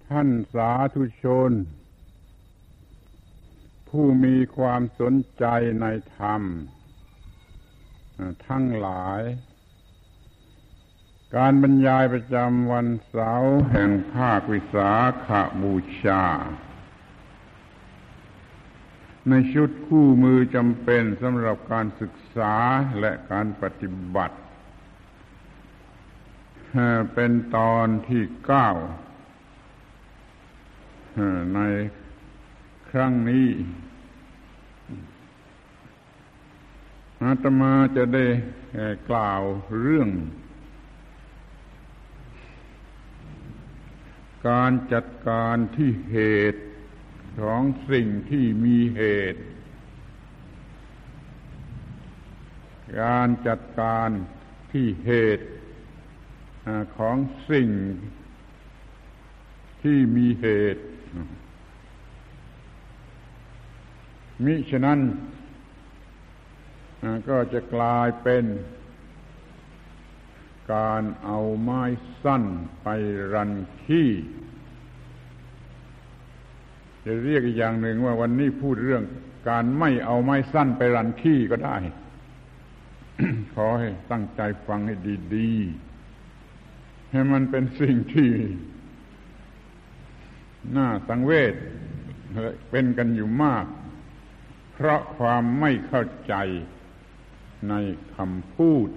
ท่านสาธุชนผู้มีความสนใจในธรรมทั้งหลายการบรรยายประจำวันเสาร์แห่งภาควิสาขบูชาในชุดคู่มือจำเป็นสำหรับการศึกษาและการปฏิบัติเป็นตอนที่9ในครั้งนี้อาตมาจะได้กล่าวเรื่องการจัดการที่เหตุของสิ่งที่มีเหตุการจัดการที่เหตุของสิ่งที่มีเหตุมิฉะนั้นก็จะกลายเป็นการเอาไม้สั้นไปรันขี้จะเรียกอีกอย่างหนึ่งว่าวันนี้พูดเรื่องการไม่เอาไม้สั้นไปรันขี้ก็ได้ ขอให้ตั้งใจฟังให้ดีๆให้มันเป็นสิ่งที่น่าสังเวชเป็นกันอยู่มากเพราะความไม่เข้าใจในคำพูด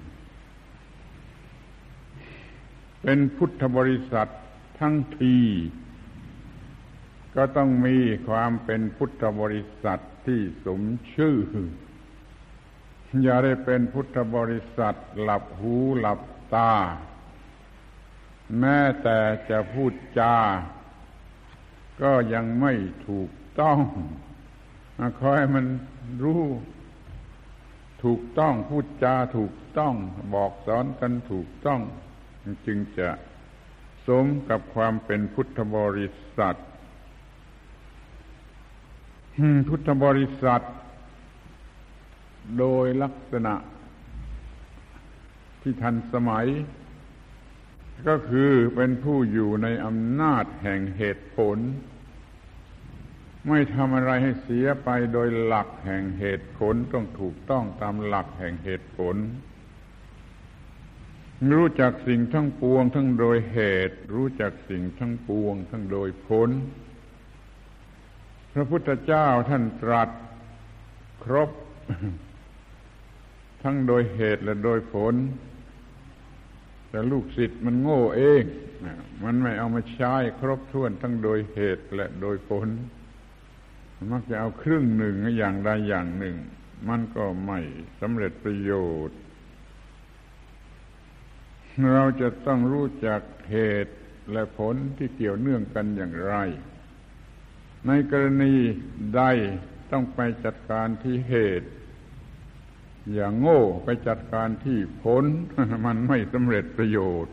เป็นพุทธบริษัททั้งทีก็ต้องมีความเป็นพุทธบริษัทที่สมชื่ออย่าได้เป็นพุทธบริษัทหลับหูหลับตาแม้แต่จะพูดจาก็ยังไม่ถูกต้องขอให้มันรู้ถูกต้องพูดจาถูกต้องบอกสอนกันถูกต้องจึงจะสมกับความเป็นพุทธบริษัทพุทธบริษัทโดยลักษณะที่ทันสมัยก็คือเป็นผู้อยู่ในอำนาจแห่งเหตุผลไม่ทำอะไรให้เสียไปโดยหลักแห่งเหตุผลต้องถูกต้องตามหลักแห่งเหตุผลรู้จักสิ่งทั้งปวงทั้งโดยเหตุรู้จักสิ่งทั้งปวงทั้งโดยผลพระพุทธเจ้าท่านตรัสครบ ทั้งโดยเหตุและโดยผลแต่ลูกศิษย์มันโง่เองมันไม่เอามาใช้ครบถ้วนทั้งโดยเหตุและโดยผลมักจะเอาครึ่งหนึ่งอย่างใดอย่างหนึ่งมันก็ไม่สำเร็จประโยชน์เราจะต้องรู้จักเหตุและผลที่เกี่ยวเนื่องกันอย่างไรในกรณีใดต้องไปจัดการที่เหตุอย่างโง่ไปจัดการที่ผล มันไม่สำเร็จประโยชน์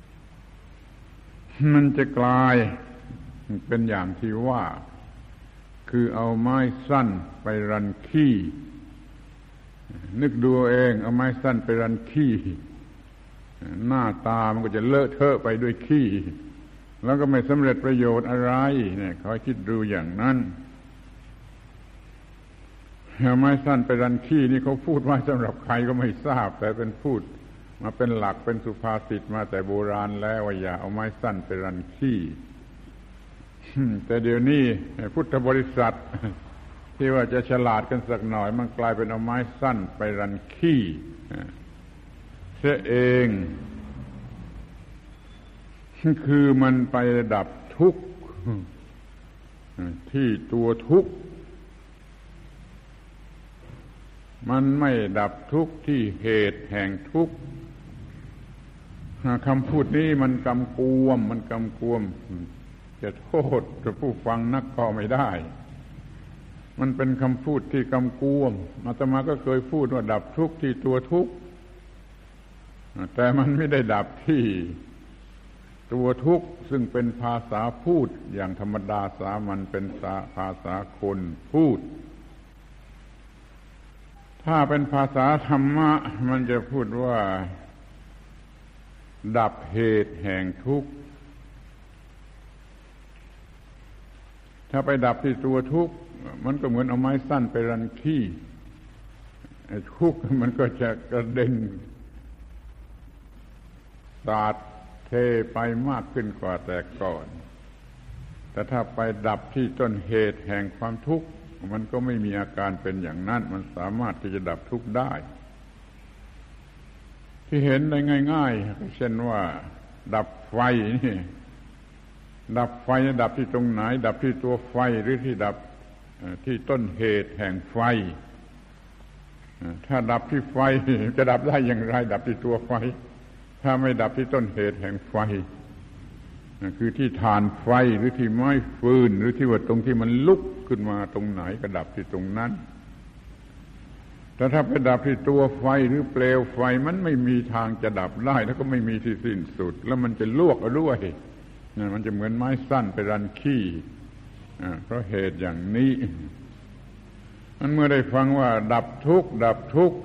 มันจะกลายเป็นอย่างที่ว่าคือเอาไม้สั้นไปรันขี้นึกดูเองเอาไม้สั้นไปรันขี้หน้าตามันก็จะเลอะเทอะไปด้วยขี้แล้วก็ไม่สำเร็จประโยชน์อะไรเนี่ยขอคิดดูอย่างนั้นเอาไม้สั้นไปรันขี้นี่เขาพูดไว้สำหรับใครก็ไม่ทราบแต่เป็นพูดมาเป็นหลักเป็นสุภาษิตมาแต่โบราณแล้วว่าอย่าเอาไม้สั้นไปรันขี้แต่เดี๋ยวนี้พุทธบริษัทที่ว่าจะฉลาดกันสักหน่อยมันกลายเป็นเอาไม้สั้นไปรันขี้เสียเองคือมันไปดับทุกข์ที่ตัวทุกข์มันไม่ดับทุกข์ที่เหตุแห่งทุกข์คำพูดนี้มันกำกวมจะโทษผู้ฟังนักก็ไม่ได้มันเป็นคำพูดที่กำกวมอาตมาก็เคยพูดว่าดับทุกข์ที่ตัวทุกข์แต่มันไม่ได้ดับที่ตัวทุกข์ซึ่งเป็นภาษาพูดอย่างธรรมดาสามัญเป็นภาษาคนพูดถ้าเป็นภาษาธรรมะมันจะพูดว่าดับเหตุแห่งทุกข์ถ้าไปดับที่ตัวทุกข์มันก็เหมือนเอาไม้สั้นไปรันขี้ทุกข์มันก็จะกระเด็นสาดเทไปมากขึ้นกว่าแต่ก่อนแต่ถ้าไปดับที่ต้นเหตุแห่งความทุกข์มันก็ไม่มีอาการเป็นอย่างนั้นมันสามารถที่จะดับทุกข์ได้ที่เห็นได้ง่ายๆเช่นว่าดับไฟนี่ดับไฟดับที่ตรงไหนดับที่ตัวไฟหรือที่ดับที่ต้นเหตุแห่งไฟถ้าดับที่ไฟจะดับได้อย่างไรดับที่ตัวไฟถ้าไม่ดับที่ต้นเหตุแห่งไฟคือที่ฐานไฟหรือที่ไม้ฟืนหรือที่ว่าตรงที่มันลุกขึ้นมาตรงไหนก็ดับที่ตรงนั้นแต่ถ้าไปดับที่ตัวไฟหรือเปลวไฟมันไม่มีทางจะดับได้แล้วก็ไม่มีที่สิ้นสุดแล้วมันจะลวกเอาด้วยมันจะเหมือนไม้สั้นไปรันขี้เพราะเหตุอย่างนี้มันเมื่อได้ฟังว่าดับทุกข์ดับทุกข์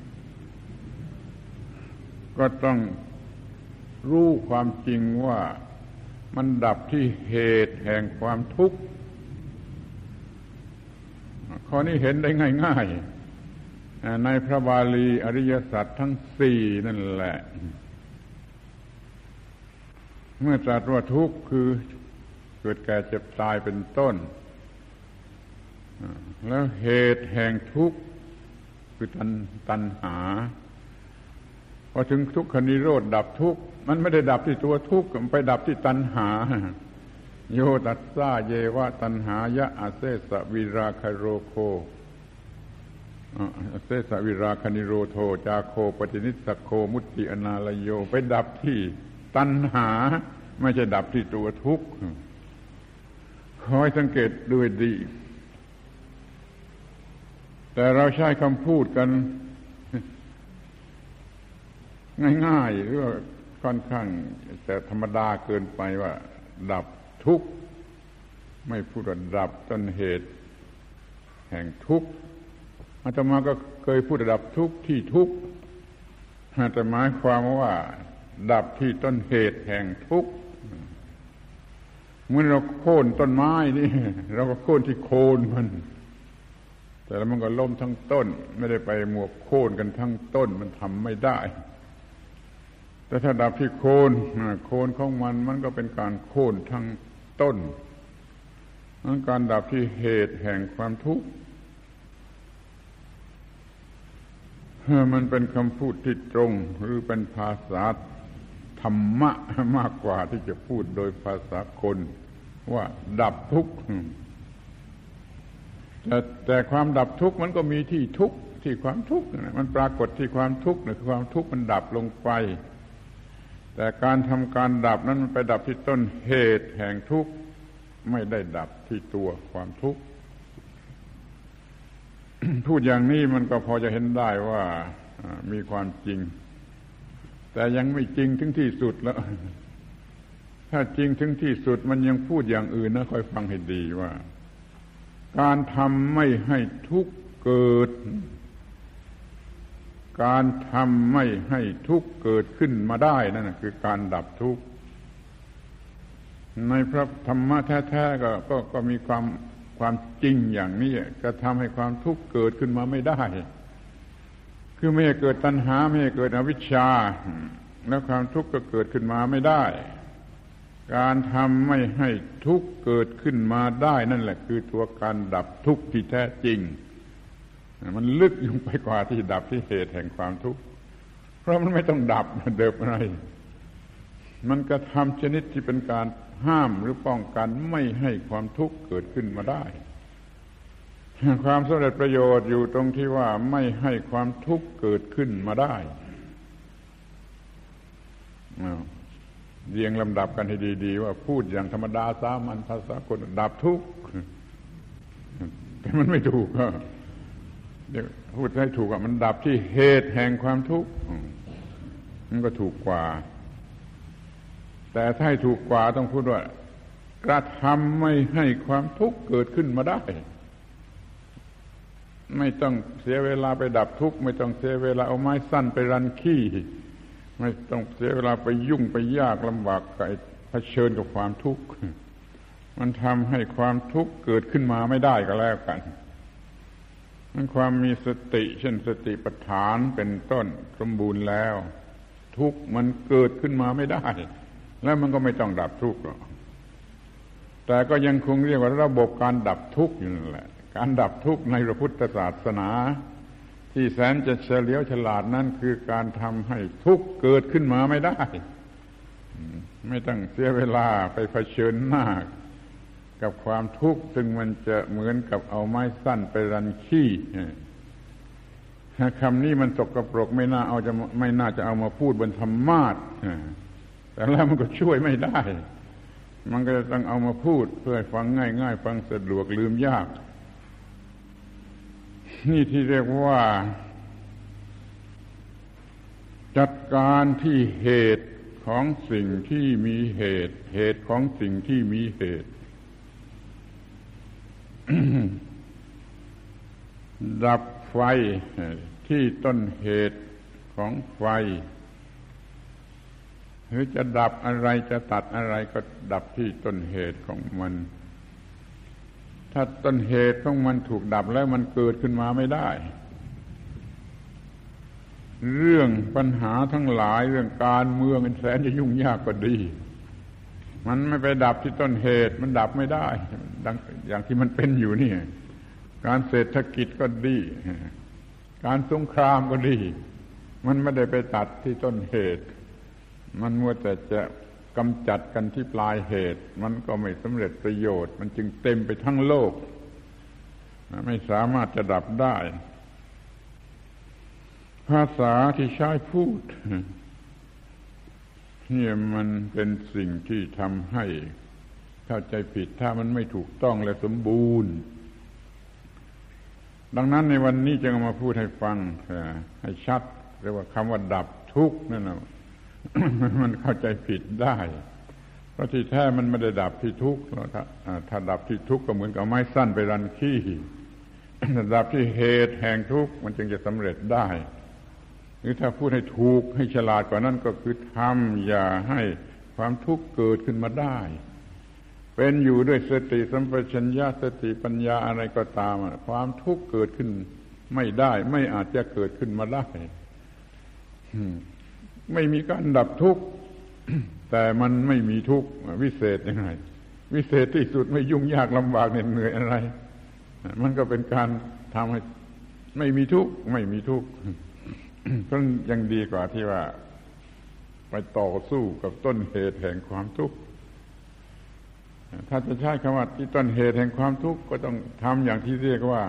ก็ต้องรู้ความจริงว่ามันดับที่เหตุแห่งความทุกข์ข้อนี้เห็นได้ง่ายๆในพระบาลีอริยสัจทั้งสี่นั่นแหละเมื่อตรัสว่าทุกข์คือเกิดแก่เจ็บตายเป็นต้นแล้วเหตุแห่งทุกข์คือตัณหาพอถึงทุกขนิโรธดับทุกข์มันไม่ได้ดับที่ตัวทุกข์ไปดับที่ตัณหาโยตัสสะเยวะตัณหายะอาเสสะวิราคโรโคอาเสสะวิราคนิโรโทจาโคปฏินิสสโคมุตติอนาลโยไปดับที่ตัณหาไม่ใช่ดับที่ตัวทุกข์ขอให้สังเกตด้วยดีแต่เราใช้คำพูดกันง่ายๆหรือว่าค่อนข้างแต่ธรรมดาเกินไปว่าดับทุกข์ไม่พูดว่าดับต้นเหตุแห่งทุกข์อาตมาก็เคยพูดดับทุกข์ที่ทุกข์แต่หมายความว่าดับที่ต้นเหตุแห่งทุกข์เมื่อเราโค่นต้นไม้นี่เราก็โค่นที่โคนมันแต่แล้วมันก็ล้มทั้งต้นไม่ได้ไปหมวกโค่นกันทั้งต้นมันทำไม่ได้แต่ถ้าดับที่โคนของมันก็เป็นการโค่นทั้งต้นนั้นการดับที่เหตุแห่งความทุกข์มันเป็นคำพูดที่ตรงหรือเป็นภาษาธรรมะมากกว่าที่จะพูดโดยภาษาคนว่าดับทุกข์แต่ความดับทุกข์มันก็มีที่ทุกข์ที่ความทุกข์มันปรากฏที่ความทุกข์คือความทุกข์มันดับลงไปแต่การทำการดับนั้นมันไปดับที่ต้นเหตุแห่งทุกข์ไม่ได้ดับที่ตัวความทุกข์ พูดอย่างนี้มันก็พอจะเห็นได้ว่ามีความจริงแต่ยังไม่จริงถึงที่สุดแล้วถ้าจริงถึงที่สุดมันยังพูดอย่างอื่นนะค่อยฟังให้ดีว่าการทำไม่ให้ทุกข์เกิดการทำไม่ให้ทุกข์เกิดขึ้นมาได้นั่นคือการดับทุกข์ในพระธรรมะแท้ๆก็มีความจริงอย่างนี้จะทำให้ความทุกข์เกิดขึ้นมาไม่ได้คือไม่ให้เกิดตัณหาไม่ให้เกิดอวิชชาแล้วความทุกข์ก็เกิดขึ้นมาไม่ได้การทำไม่ให้ทุกข์เกิดขึ้นมาได้นั่นแหละคือตัวการดับทุกข์ที่แท้จริงมันลึกลงไปกว่าที่ดับที่เหตุแห่งความทุกข์เพราะมันไม่ต้องดับเดิบอะไรมันกระทำชนิดที่เป็นการห้ามหรือป้องกันไม่ให้ความทุกข์เกิดขึ้นมาได้ความสำเร็จประโยชน์อยู่ตรงที่ว่าไม่ให้ความทุกข์เกิดขึ้นมาได้เรียงลำดับกันให้ดีๆว่าพูดอย่างธรรมดาสามัญภาษาคนดับทุกข์แต่มันไม่ถูกพูดให้ถูกมันดับที่เหตุแห่งความทุกข์มันก็ถูกกว่าแต่ถ้าให้ถูกกว่าต้องพูดว่ากระทำไม่ให้ความทุกข์เกิดขึ้นมาได้ไม่ต้องเสียเวลาไปดับทุกข์ไม่ต้องเสียเวลาเอาไม้สั้นไปรันขี้ไม่ต้องเสียเวลาไปยุ่งไปยากลำบากกับเผชิญกับความทุกข์มันทำให้ความทุกข์เกิดขึ้นมาไม่ได้ก็แล้วกันมันความมีสติเช่นสติปัฏฐานเป็นต้นสมบูรณ์แล้วทุกข์มันเกิดขึ้นมาไม่ได้แล้วมันก็ไม่ต้องดับทุกข์หรอกแต่ก็ยังคงเรียกว่าระบบการดับทุกข์อยู่นั่นแหละการดับทุกข์ในพระพุทธศาสนาที่แสนจะเฉลียวฉลาดนั่นคือการทำให้ทุกข์เกิดขึ้นมาไม่ได้ไม่ต้องเสียเวลาไปเผชิญหน้ากับความทุกข์ซึ่งมันจะเหมือนกับเอาไม้สั้นไปรันขี้คำนี้มันสกปรกไม่น่าจะเอามาพูดบนธรรมาสน์แต่แล้วมันก็ช่วยไม่ได้มันก็จะต้องเอามาพูดเพื่อฟังง่ายๆฟังสะดวกลืมยากนี่ที่เรียกว่าจัดการที่เหตุของสิ่งที่มีเหตุของสิ่งที่มีเหตุ ดับไฟที่ต้นเหตุของไฟหรือจะดับอะไรจะตัดอะไรก็ดับที่ต้นเหตุของมันถ้าต้นเหตุของมันถูกดับแล้วมันเกิดขึ้นมาไม่ได้เรื่องปัญหาทั้งหลายเรื่องการเมืองแสนจะยุ่งยากก็ดีมันไม่ไปดับที่ต้นเหตุมันดับไม่ได้อย่างที่มันเป็นอยู่นี่การเศรษฐกิจก็ดีการสงครามก็ดีมันไม่ได้ไปตัดที่ต้นเหตุมันมัวแต่จะกำจัดกันที่ปลายเหตุมันก็ไม่สำเร็จประโยชน์มันจึงเต็มไปทั้งโลกไม่สามารถจะดับได้ภาษาที่ใช้พูดเนี่ยมันเป็นสิ่งที่ทำให้เข้าใจผิดถ้ามันไม่ถูกต้องและสมบูรณ์ดังนั้นในวันนี้จะมาพูดให้ฟังให้ชัดเรียกว่าคำว่าดับทุกข์นั่นนะมันเข้าใจผิดได้เพราะที่แท้มันไม่ได้ดับที่ทุกข์ถ้าดับที่ทุกข์ก็เหมือนกับไม้สั้นไปรันขี้ดับที่เหตุแห่งทุกข์มันจึงจะสำเร็จได้หรือถ้าพูดให้ถูกให้ฉลาดกว่านั้นก็คือทำอย่าให้ความทุกข์เกิดขึ้นมาได้เป็นอยู่ด้วยสติสัมปชัญญะสติปัญญาอะไรก็ตามความทุกข์เกิดขึ้นไม่ได้ไม่อาจจะเกิดขึ้นมาได้ไม่มีการดับทุกข์แต่มันไม่มีทุกข์วิเศษยังไงวิเศษที่สุดไม่ยุ่งยากลำบากเหนื่อยอะไรมันก็เป็นการทำให้ไม่มีทุกข์ไม่มีทุกข์ก็ยังดีกว่าที่ว่าไปต่อสู้กับต้นเหตุแห่งความทุกข์ถ้าจะใช้คำว่าที่ต้นเหตุแห่งความทุกข์ก็ต้องทำอย่างที่เรียกว่า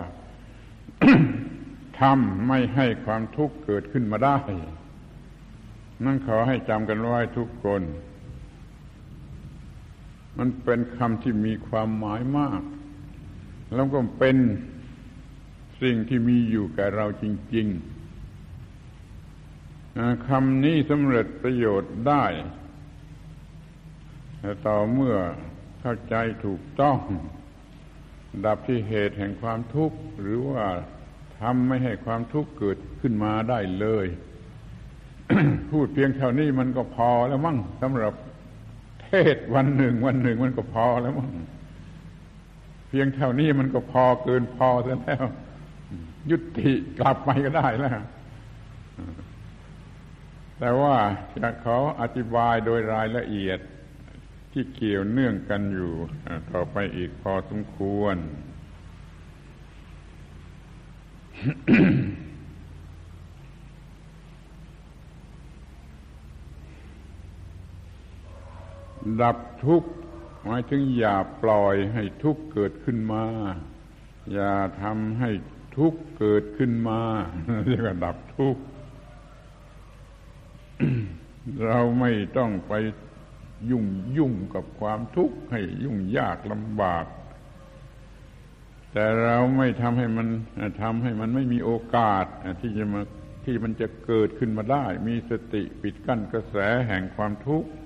ทำไม่ให้ความทุกข์เกิดขึ้นมาได้นั่นขอให้จำกันไว้ทุกคนมันเป็นคำที่มีความหมายมากแล้วก็เป็นสิ่งที่มีอยู่แก่เราจริงๆคำนี้สำเร็จประโยชน์ได้แต่ต่อเมื่อเข้าใจถูกต้องดับที่เหตุแห่งความทุกข์หรือว่าทำไม่ให้ความทุกข์เกิดขึ้นมาได้เลย พูดเพียงเท่านี้มันก็พอแล้วมั้งสำหรับเทศวันหนึ่งมันก็พอแล้วมั้งเพียงเท่านี้มันก็พอเกินพอซะแล้วยุติกลับไปก็ได้แล้วแต่ว่าจะขออธิบายโดยรายละเอียดที่เกี่ยวเนื่องกันอยู่ต่อไปอีกพอสมควร ดับทุกข์หมายถึงอย่าปล่อยให้ทุกข์เกิดขึ้นมาอย่าทำให้ทุกข์เกิดขึ้นมาเรียกว่าดับทุกข์ เราไม่ต้องไปยุ่งกับความทุกข์ให้ยุ่งยากลำบากแต่เราไม่ทำให้มันไม่มีโอกาสที่มันจะเกิดขึ้นมาได้มีสติปิดกั้นกระแสแห่งความทุกข์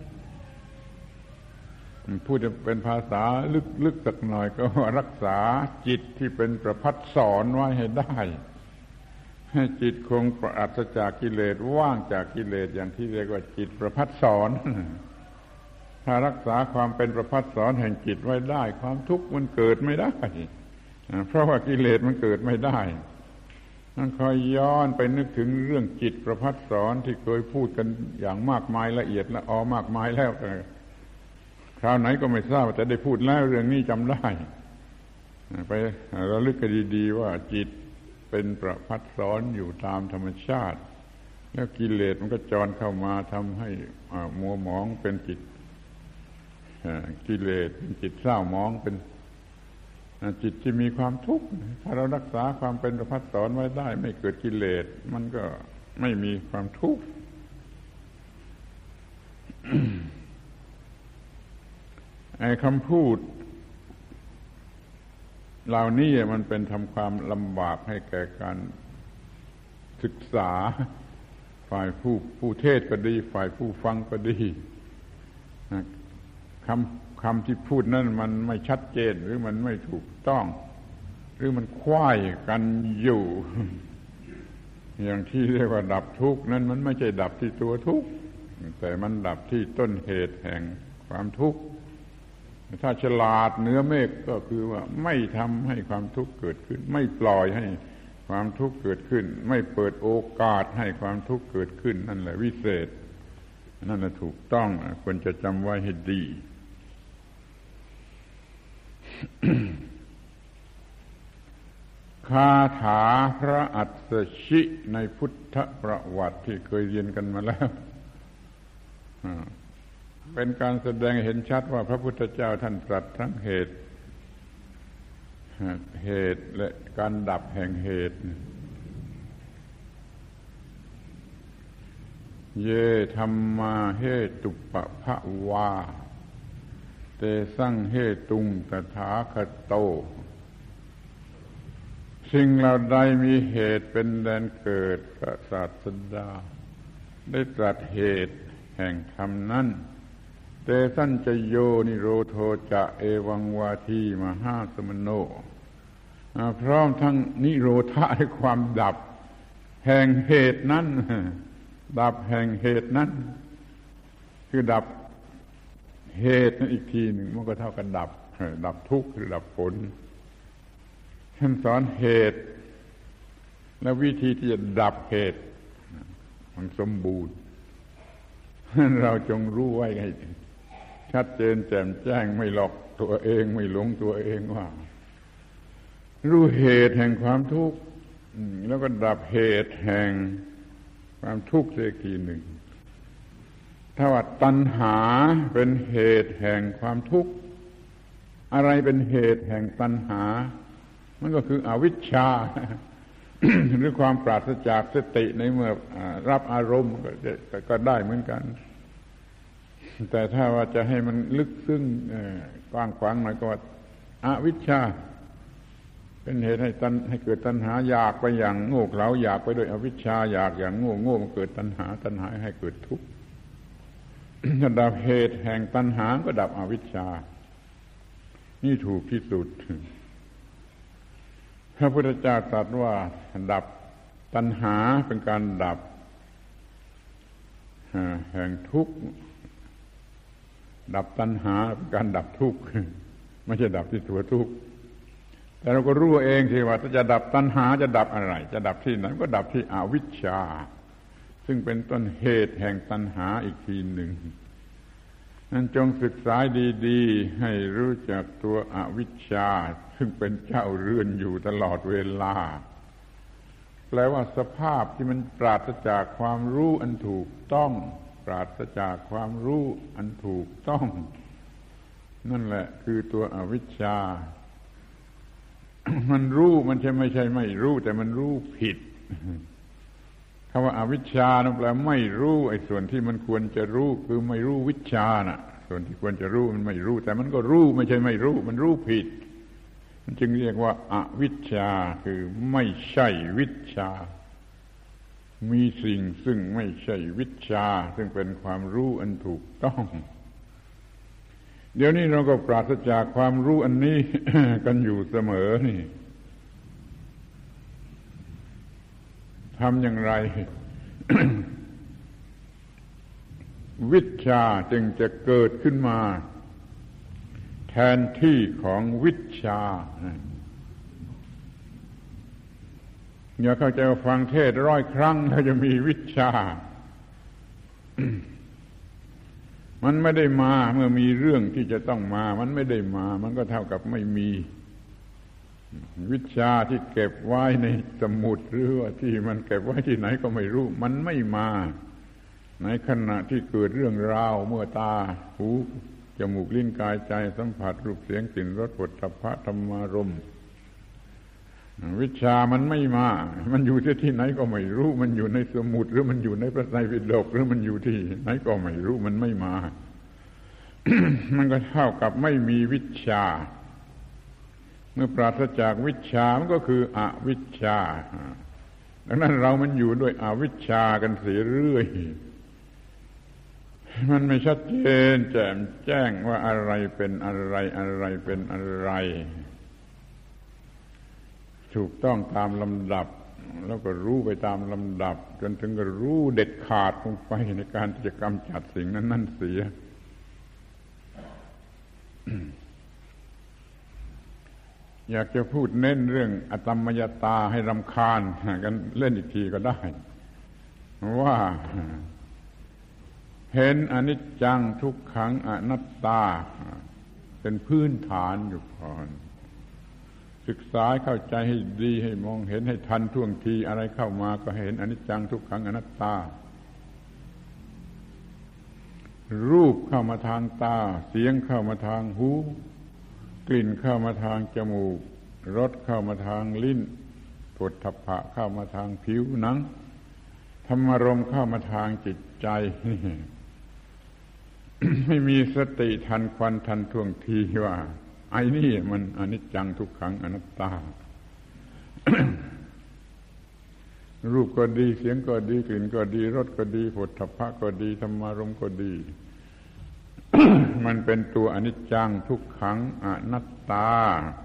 พูดเป็นภาษาลึกๆสักหน่อยก็รักษาจิตที่เป็นประภัสสรไว้ให้ได้ให้จิตคงปราศจากกิเลสว่างจากกิเลสอย่างที่เรียกว่าจิตประภัสสรถ้ารักษาความเป็นประภัสสรแห่งจิตไว้ได้ความทุกข์มันเกิดไม่ได้เพราะว่ากิเลสมันเกิดไม่ได้นั่นคอยย้อนไปนึกถึงเรื่องจิตประภัสสรที่เคยพูดกันอย่างมากมายละเอียดละออมากมายแล้วคราวไหนก็ไม่ทราบแต่ได้พูดแล้วเรื่องนี้จำได้ไประลึกกันดีๆว่าจิตเป็นประภัสสรอยู่ตามธรรมชาติแล้วกิเลสมันก็จรเข้ามาทำให้มัวหมองเป็นจิตกิเลสเป็นจิตเศร้าหมองเป็นจิตที่มีความทุกข์ถ้าเรารักษาความเป็นประภัสสรไว้ได้ไม่เกิดกิเลสมันก็ไม่มีความทุกข์ไอ้คำพูดเหล่านี้มันเป็นทำความลำบากให้แก่การศึกษาฝ่ายผู้เทศก็ดีฝ่ายผู้ฟังก็ดีคำที่พูดนั่นมันไม่ชัดเจนหรือมันไม่ถูกต้องหรือมันคว้ายกันอยู่อย่างที่เรียกว่าดับทุกข์นั้นมันไม่ใช่ดับที่ตัวทุกข์แต่มันดับที่ต้นเหตุแห่งความทุกข์ถ้าฉลาดเหนือเมฆก็คือว่าไม่ทำให้ความทุกข์เกิดขึ้นไม่ปล่อยให้ความทุกข์เกิดขึ้นไม่เปิดโอกาสให้ความทุกข์เกิดขึ้นนั่นแหละวิเศษนั่นแหละถูกต้องควรจะจำไว้ให้ดี คาถาพระอัสสชิในพุทธประวัติที่เคยเรียนกันมาแล้วเป็นการแสดงเห็นชัดว่าพระพุทธเจ้าท่านตรัสทั้งเหตุและการดับแห่งเหตุเยธัมมาเหตุปะภะวาเตสังเหตุงตถาคโตสิ่งเหล่าใดมีเหตุเป็นแดนเกิดพระศาสดาได้ตรัสเหตุแห่งธรรมนั้นเตสัญจโยนิโรโธจะเอวังวาทีมหาสมโนพร้อมทั้งนิโรธะให้ความดับแห่งเหตุนั้นดับแห่งเหตุนั้นคือดับเหตุนั้นอีกทีหนึ่งมันก็เท่ากันดับทุกข์หรือดับผลท่านสอนเหตุและวิธีที่จะดับเหตุมันสมบูรณ์เราจงรู้ไว้ให้ชัดเจนแจ่มแจ้งไม่หลอกตัวเองไม่หลงตัวเองว่ารู้เหตุแห่งความทุกข์แล้วก็ดับเหตุแห่งความทุกข์เสียทีหนึ่งถ้าว่าตัณหาเป็นเหตุแห่งความทุกข์อะไรเป็นเหตุแห่งตัณหามันก็คืออวิชชา หรือความปราศจากสติในเมื่อรับอารมณ์ก็ได้เหมือนกันแต่ถ้าว่าจะให้มันลึกซึ้งกว้างขวางหน่อยก็ว่าอวิชชาเป็นเหตุให้เกิดตัณหาอยากไปอย่างโง่เขลาอยากไปโดยอวิชชาอยากอย่างโง่มันเกิดตัณหาให้เกิดทุกข์ ดับเหตุแห่งตัณหาก็ดับอวิชชานี่ถูกที่สุดพระพุทธเจ้าตรัสว่าดับตัณหาเป็นการดับแห่งทุกข์ดับตัณหาเป็นการดับทุกข์ไม่ใช่ดับที่ตัวทุกข์แต่เราก็รู้เองที่ว่าถ้าจะดับตัณหาจะดับอะไรจะดับที่ไหนก็ดับที่อวิชชาซึ่งเป็นต้นเหตุแห่งตัณหาอีกทีหนึ่งนั้นจงศึกษาดีๆให้รู้จักตัวอวิชชาซึ่งเป็นเจ้าเรือนอยู่ตลอดเวลาแปลว่าสภาพที่มันปราศจากความรู้อันถูกต้องปราศจากความรู้อันถูกต้องนั่นแหละคือตัวอวิชชา มันรู้มันไม่ใช่ไม่รู้แต่มันรู้ผิดคำว่าอวิชชานั่นแปลไม่รู้ไอ้ส่วนที่มันควรจะรู้คือไม่รู้วิชาน่ะส่วนที่ควรจะรู้มันไม่รู้แต่มันก็รู้ไม่ใช่ไม่รู้มันรู้ผิดมันจึงเรียกว่าอวิชชาคือไม่ใช่วิชามีสิ่งซึ่งไม่ใช่วิชาซึ่งเป็นความรู้อันถูกต้องเดี๋ยวนี้เราก็ปราศจากความรู้อันนี้ กันอยู่เสมอนี่ทำอย่างไรวิชชาจึงจะเกิดขึ้นมาแทนที่ของวิชาอย่าเข้าใจว่าฟังเทศ100 ครั้งแล้วจะมีวิชา มันไม่ได้มาเมื่อมีเรื่องที่จะต้องมามันไม่ได้มามันก็เท่ากับไม่มีวิชาที่เก็บไว้ในสมุดหรือว่าที่มันเก็บไว้ที่ไหนก็ไม่รู้มันไม่มาในขณะที่เกิดเรื่องราวเมื่อตาหูจมูกลิ้นกายใจสัมผัสรูปเสียงกลิ่นรสโผฏฐัพพะธรรมารมณ์วิชามันไม่มามันอยู่ที่ไหนก็ไม่รู้มันอยู่ในสมุดหรือมันอยู่ในพระไตรปิฎกหรือมันอยู่ที่ไหนก็ไม่รู้มันไม่มา มันก็เท่ากับไม่มีวิชาเมื่อปราศจากวิชามันก็คืออวิชชาดังนั้นเรามันอยู่ด้วยอวิชชากันเสียเรื่อยมันไม่ชัดเจนแจ่มแจ้งว่าอะไรเป็นอะไรอะไรเป็นอะไรถูกต้องตามลำดับแล้วก็รู้ไปตามลำดับจนถึงก็รู้เด็ดขาดลงไปในการที่จะกำจัดสิ่งนั้นเสีย อยากจะพูดเน้นเรื่องอตัมมยตาให้รำคาญกันเล่นอีกทีก็ได้ว่าเห็นอนิจจังทุกขังอนัตตาเป็นพื้นฐานอยู่ก่อนศึกษาเข้าใจให้ดีให้มองเห็นให้ทันท่วงทีอะไรเข้ามาก็เห็นอนิจจังทุกขังอนัตตารูปเข้ามาทางตาเสียงเข้ามาทางหูกลิ่นเข้ามาทางจมูกรสเข้ามาทางลิ้นโผฏฐัพพะเข้ามาทางผิวหนังธรรมารมณ์เข้ามาทางจิตใจ ไม่มีสติทันควันทันท่วงทีว่าไอ้นี่มันอนิจจังทุกขังอนัตตา รูปก็ดีเสียงก็ดีกลิ่นก็ดีรสก็ดีโผฏฐัพพะก็ดีธรรมารมณ์ก็ดี มันเป็นตัวอนิจจังทุกขังอนัตตา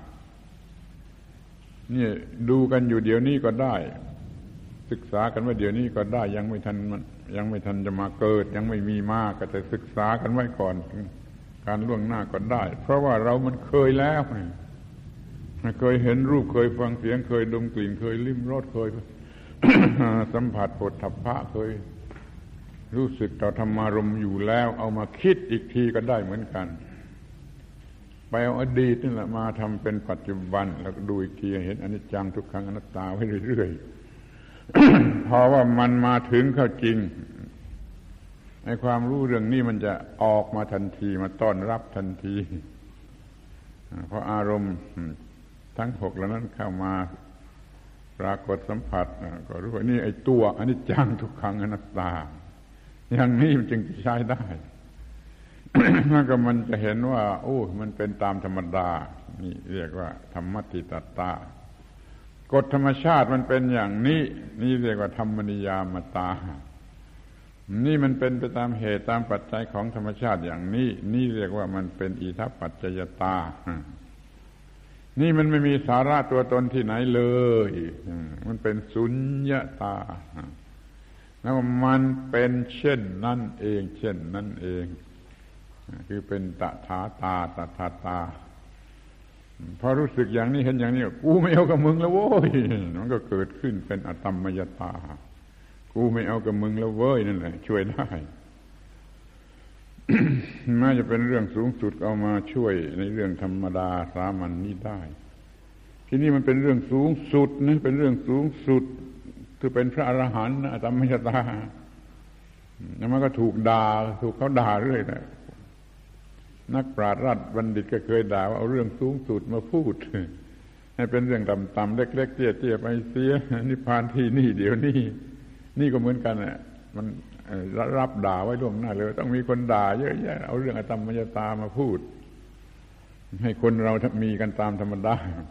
นี่ดูกันอยู่เดี๋ยวนี้ก็ได้ศึกษากันว่าเดี๋ยวนี้ก็ได้ยังไม่ทันจะมาเกิดยังไม่มีมาก็แต่ศึกษากันไว้ก่อนการล่วงหน้าก็ได้เพราะว่าเรามันเคยแล้วเคยเห็นรูปเคยฟังเสียงเคยดมกลิ่นเคยลิ้มรสเคย สัมผัสโผฏฐัพพะเคยรู้สึกต่อธรรมารมณ์อยู่แล้วเอามาคิดอีกทีก็ได้เหมือนกันไปเอาอดีตนี่แหละมาทำเป็นปัจจุบันแล้วก็ดูอีกทีเห็นอนิจจังทุกขังอนัตตาไว้เรื่อยๆ พอว่ามันมาถึงเข้าจริงในความรู้เรื่องนี้มันจะออกมาทันทีมาต้อนรับทันทีเพราะอารมณ์ทั้ง6เหล่านั้นเข้ามาปรากฏสัมผัสก็รู้ว่านี่ไอ้ตัวอนิจจังทุกขังอนัตตาอย่างนี้มันจึงใช้ได้ นั่นก็มันจะเห็นว่าโอ้มันเป็นตามธรรมดานี่เรียกว่าธรรมติตัตตากฎธรรมชาติมันเป็นอย่างนี้นี่เรียกว่าธรรมนิยามตานี่มันเป็นไปตามเหตุตามปัจจัยของธรรมชาติอย่างนี้นี่เรียกว่ามันเป็นอิทัปปัจจยตานี่มันไม่มีสาระตัวตนที่ไหนเลยมันเป็นสุญญตาแล้วมันเป็นเช่นนั้นเองเช่นนั้นเองคือเป็นตถาตาตถาตาพอรู้สึกอย่างนี้เห็นอย่างนี้กูไม่เอากับมึงแล้วโว้ยมันก็เกิดขึ้นเป็นอตัมมยตากูไม่เอากับมึงแล้วเว้ยนั่นแหละช่วยได้ แม้จะเป็นเรื่องสูงสุดเอามาช่วยในเรื่องธรรมดาสามัญนี้ได้ทีนี้มันเป็นเรื่องสูงสุดนะเป็นเรื่องสูงสุดคือเป็นพระอรหันต์อตัมมยตาแล้วมันก็ถูกด่าถูกเขาด่าเรื่อยนะนักปราชญ์ราชบัณฑิตก็เคยด่าว่าเอาเรื่องสูงสุดมาพูดให้เป็นเรื่องต่ำๆเล็กๆเตี้ยๆไปเสียนิพพานที่นี่เดี๋ยวนี้นี่ก็เหมือนกันแหละมันรับด่าไว้ล่วงหน้าเลยต้องมีคนด่าเยอะแยะเอาเรื่องอตัมมยตามาพูดให้คนเรามีกันตามธรรมดา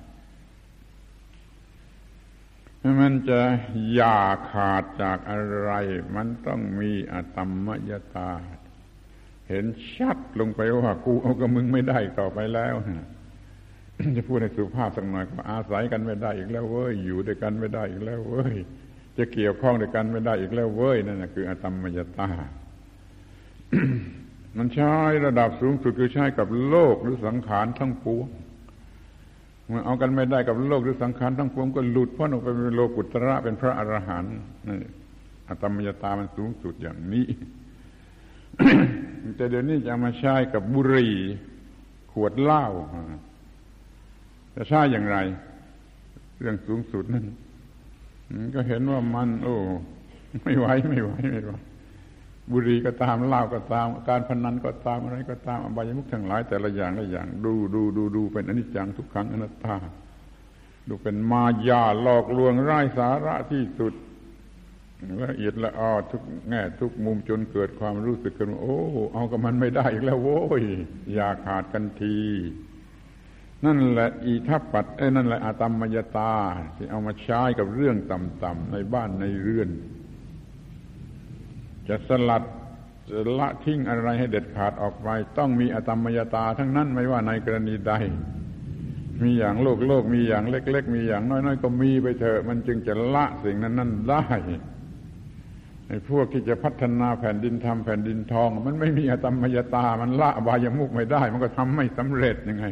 มันจะอย่าขาดจากอะไรมันต้องมีอตัมมยตาเห็นชัดลงไปว่ากูเอากับมึงไม่ได้ต่อไปแล้ว จะพูดในสุภาพสักหน่อยก็อาศัยกันไม่ได้อีกแล้วเว้ยอยู่ด้วยกันไม่ได้อีกแล้วเว้ยจะเกี่ยวข้องด้วยกันไม่ได้อีกแล้วเว้ยนั่นคืออตัมมยตามันใช้ระดับสูงสุดคือใช้กับโลกหรือสังขารทั้งปวงเมื่อเอากันไม่ได้กับโลกหรือสังขารทั้งปวงก็หลุดพ้นออกไปเป็นโลกุตระเป็นพระอรหันต์นี่อตมยตามันสูงสุดอย่างนี้ แต่เดี๋ยวนี้จะมาใช้กับบุหรี่ขวดเหล้าจะใช้อย่างไรเรื่องสูงสุดนั่นก็เห็นว่ามันไม่ไหวบุหรี่ก็ตามเหล้าก็ตามการพนันก็ตามอะไรก็ตามอบายมุขทั้งหลายแต่ละอย่างละอย่างดูเป็นอนิจจังทุกขังอนัตตาดูเป็นมายาหลอกลวงไร้สาระที่สุดละเอียดละออทุกแง่ทุกมุมจนเกิดความรู้สึกกันว่าเอากับมันไม่ได้อีกแล้วโว้ยอย่าขาดกันทีนั่นแหละอิทัปปัตนั่นแหละอตมยตาที่เอามาใช้กับเรื่องต่ำๆในบ้านในเรือนจะสลัดจะละทิ้งอะไรให้เด็ดขาดออกไปต้องมีอตมยตาทั้งนั้นไม่ว่าในกรณีใดมีอย่างโลกมีอย่างเล็กๆมีอย่างน้อยๆก็มีไปเถอะมันจึงจะละสิ่งนั้นได้ไอ้พวกที่จะพัฒนาแผ่นดินทำแผ่นดินทองมันไม่มีอตมยตามันละอบายมุขไม่ได้มันก็ทำไม่สำเร็จยังไง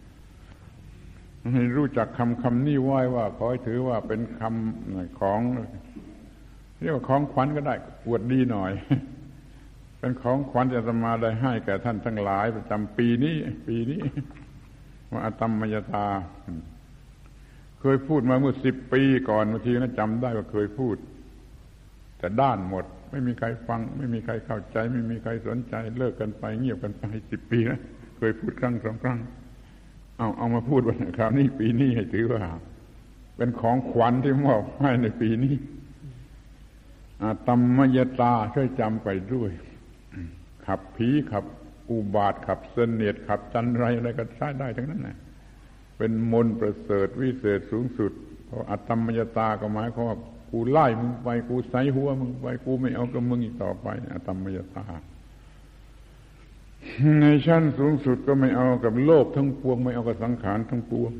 ให้รู้จักคำนี้ไว้ว่าขอให้ถือว่าเป็นคำของเรียกว่าของขวัญก็ได้อวดดีหน่อยเป็นของขวัญที่อาตมาได้ให้แก่ท่านทั้งหลายประจำปีนี้ว่าอตมยตาเคยพูดมาเมื่อ10 ปีก่อนบางทีก็จำได้ว่าเคยพูดแต่ด้านหมดไม่มีใครฟังไม่มีใครเข้าใจไม่มีใครสนใจเลิกกันไปเงียบกันไป10 ปีนะเคยพูดครั้ง2 ครั้งเอามาพูดวันคราวนี้ปีนี้ให้ถือว่าเป็นของขวัญที่มอบให้ในปีนี้อตมยตาช่วยจำไปด้วยขับผีขับอุบาทขับเสนียดขับจันไรอะไรก็ใช้ได้ทั้งนั้นแหละเป็นมนต์ประเสริฐวิเศษสูงสุดเพราะอตมยตาก็หมายความว่ากูไล่มึงไปกูใส่หัวมึงไปกูไม่เอากับมึงอีกต่อไปอตมยตาในชั้นสูงสุดก็ไม่เอากับโลกทั้งปวงไม่เอากับสังขารทั้งปวง